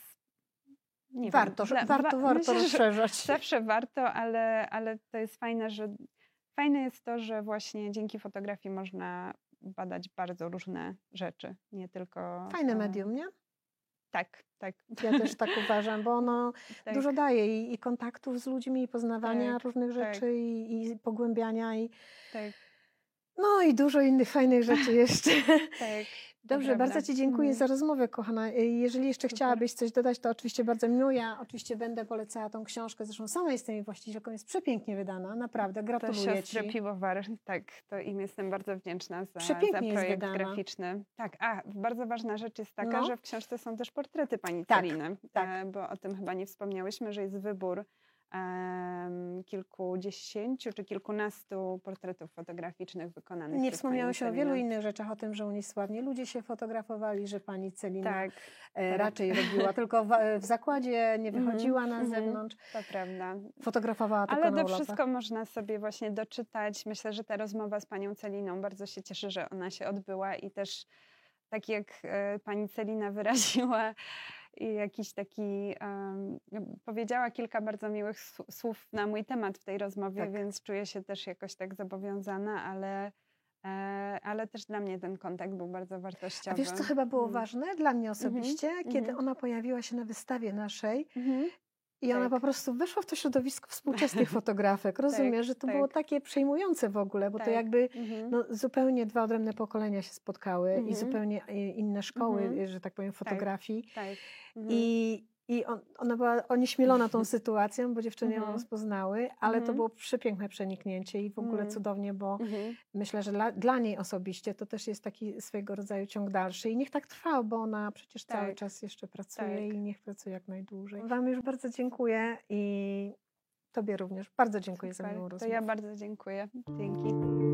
nie wiem, Warto, że- dla, warto, wa- warto myślę, że rozszerzać. zawsze warto, ale, ale to jest fajne, że fajne jest to, że właśnie dzięki fotografii można badać bardzo różne rzeczy, nie tylko. Fajne e, medium, nie? Tak, tak. Ja też tak uważam, bo ono Tak, dużo daje i, i kontaktów z ludźmi, i poznawania tak, różnych tak, rzeczy, i, i pogłębiania, i tak, no i dużo innych fajnych rzeczy jeszcze. tak, to Dobrze, bardzo prawda. Ci dziękuję Mhm. za rozmowę, kochana. Y, Jeżeli jeszcze Super. chciałabyś coś dodać, to oczywiście bardzo miło. Ja oczywiście będę polecała tą książkę. Zresztą sama jestem jej właścicielką, jest przepięknie wydana, naprawdę. To Gratuluję siostry Ci. Piwowar, tak, to im jestem bardzo wdzięczna za, za Przepięknie jest projekt wydana. graficzny. Tak, a bardzo ważna rzecz jest taka, No. że w książce są też portrety pani Tak, Celiny, tak. e, bo o tym chyba nie wspomniałyśmy, że jest wybór em, kilkudziesięciu czy kilkunastu portretów fotograficznych wykonanych Nie przez wspomniało panią się o wielu Celinę. innych rzeczach, o tym, że u niej sławni ludzie się fotografowali, że pani Celina Tak, e, tak. raczej robiła tylko w, w zakładzie, nie Mhm, wychodziła na mhm, zewnątrz, to prawda. fotografowała tylko Ale na to urlopach. wszystko można sobie właśnie doczytać. Myślę, że ta rozmowa z panią Celiną, bardzo się cieszę, że ona się odbyła i też tak jak e, pani Celina wyraziła, i jakiś taki, em, powiedziała kilka bardzo miłych s- słów na mój temat w tej rozmowie, Tak. więc czuję się też jakoś tak zobowiązana, ale, e, ale też dla mnie ten kontakt był bardzo A wartościowy. wiesz, co chyba było Mm. ważne dla mnie Mhm, osobiście, kiedy mhm, ona pojawiła się na wystawie naszej mhm. i ona po Tak, prostu weszła w to środowisko współczesnych fotografek. tak, Rozumiesz, że to było tak, takie przejmujące w ogóle, bo to tak. jakby Mhm, no, zupełnie dwa odrębne pokolenia się spotkały i mhm, zupełnie e, inne szkoły, mhm. e, że tak powiem, Tak, fotografii. tak. Mhm, I, i on, ona była onieśmielona tą sytuacją, bo dziewczyny ją mhm, rozpoznały, ale to mhm, było przepiękne przeniknięcie i w ogóle mhm, cudownie, bo mhm. myślę, że dla, dla niej osobiście to też jest taki swego rodzaju ciąg dalszy i niech tak trwa, bo ona przecież cały Tak, czas jeszcze pracuje tak. i niech pracuje jak najdłużej. Wam już bardzo dziękuję i Tobie również bardzo dziękuję za Super. miłą To ja rozmowę. bardzo dziękuję. Dzięki.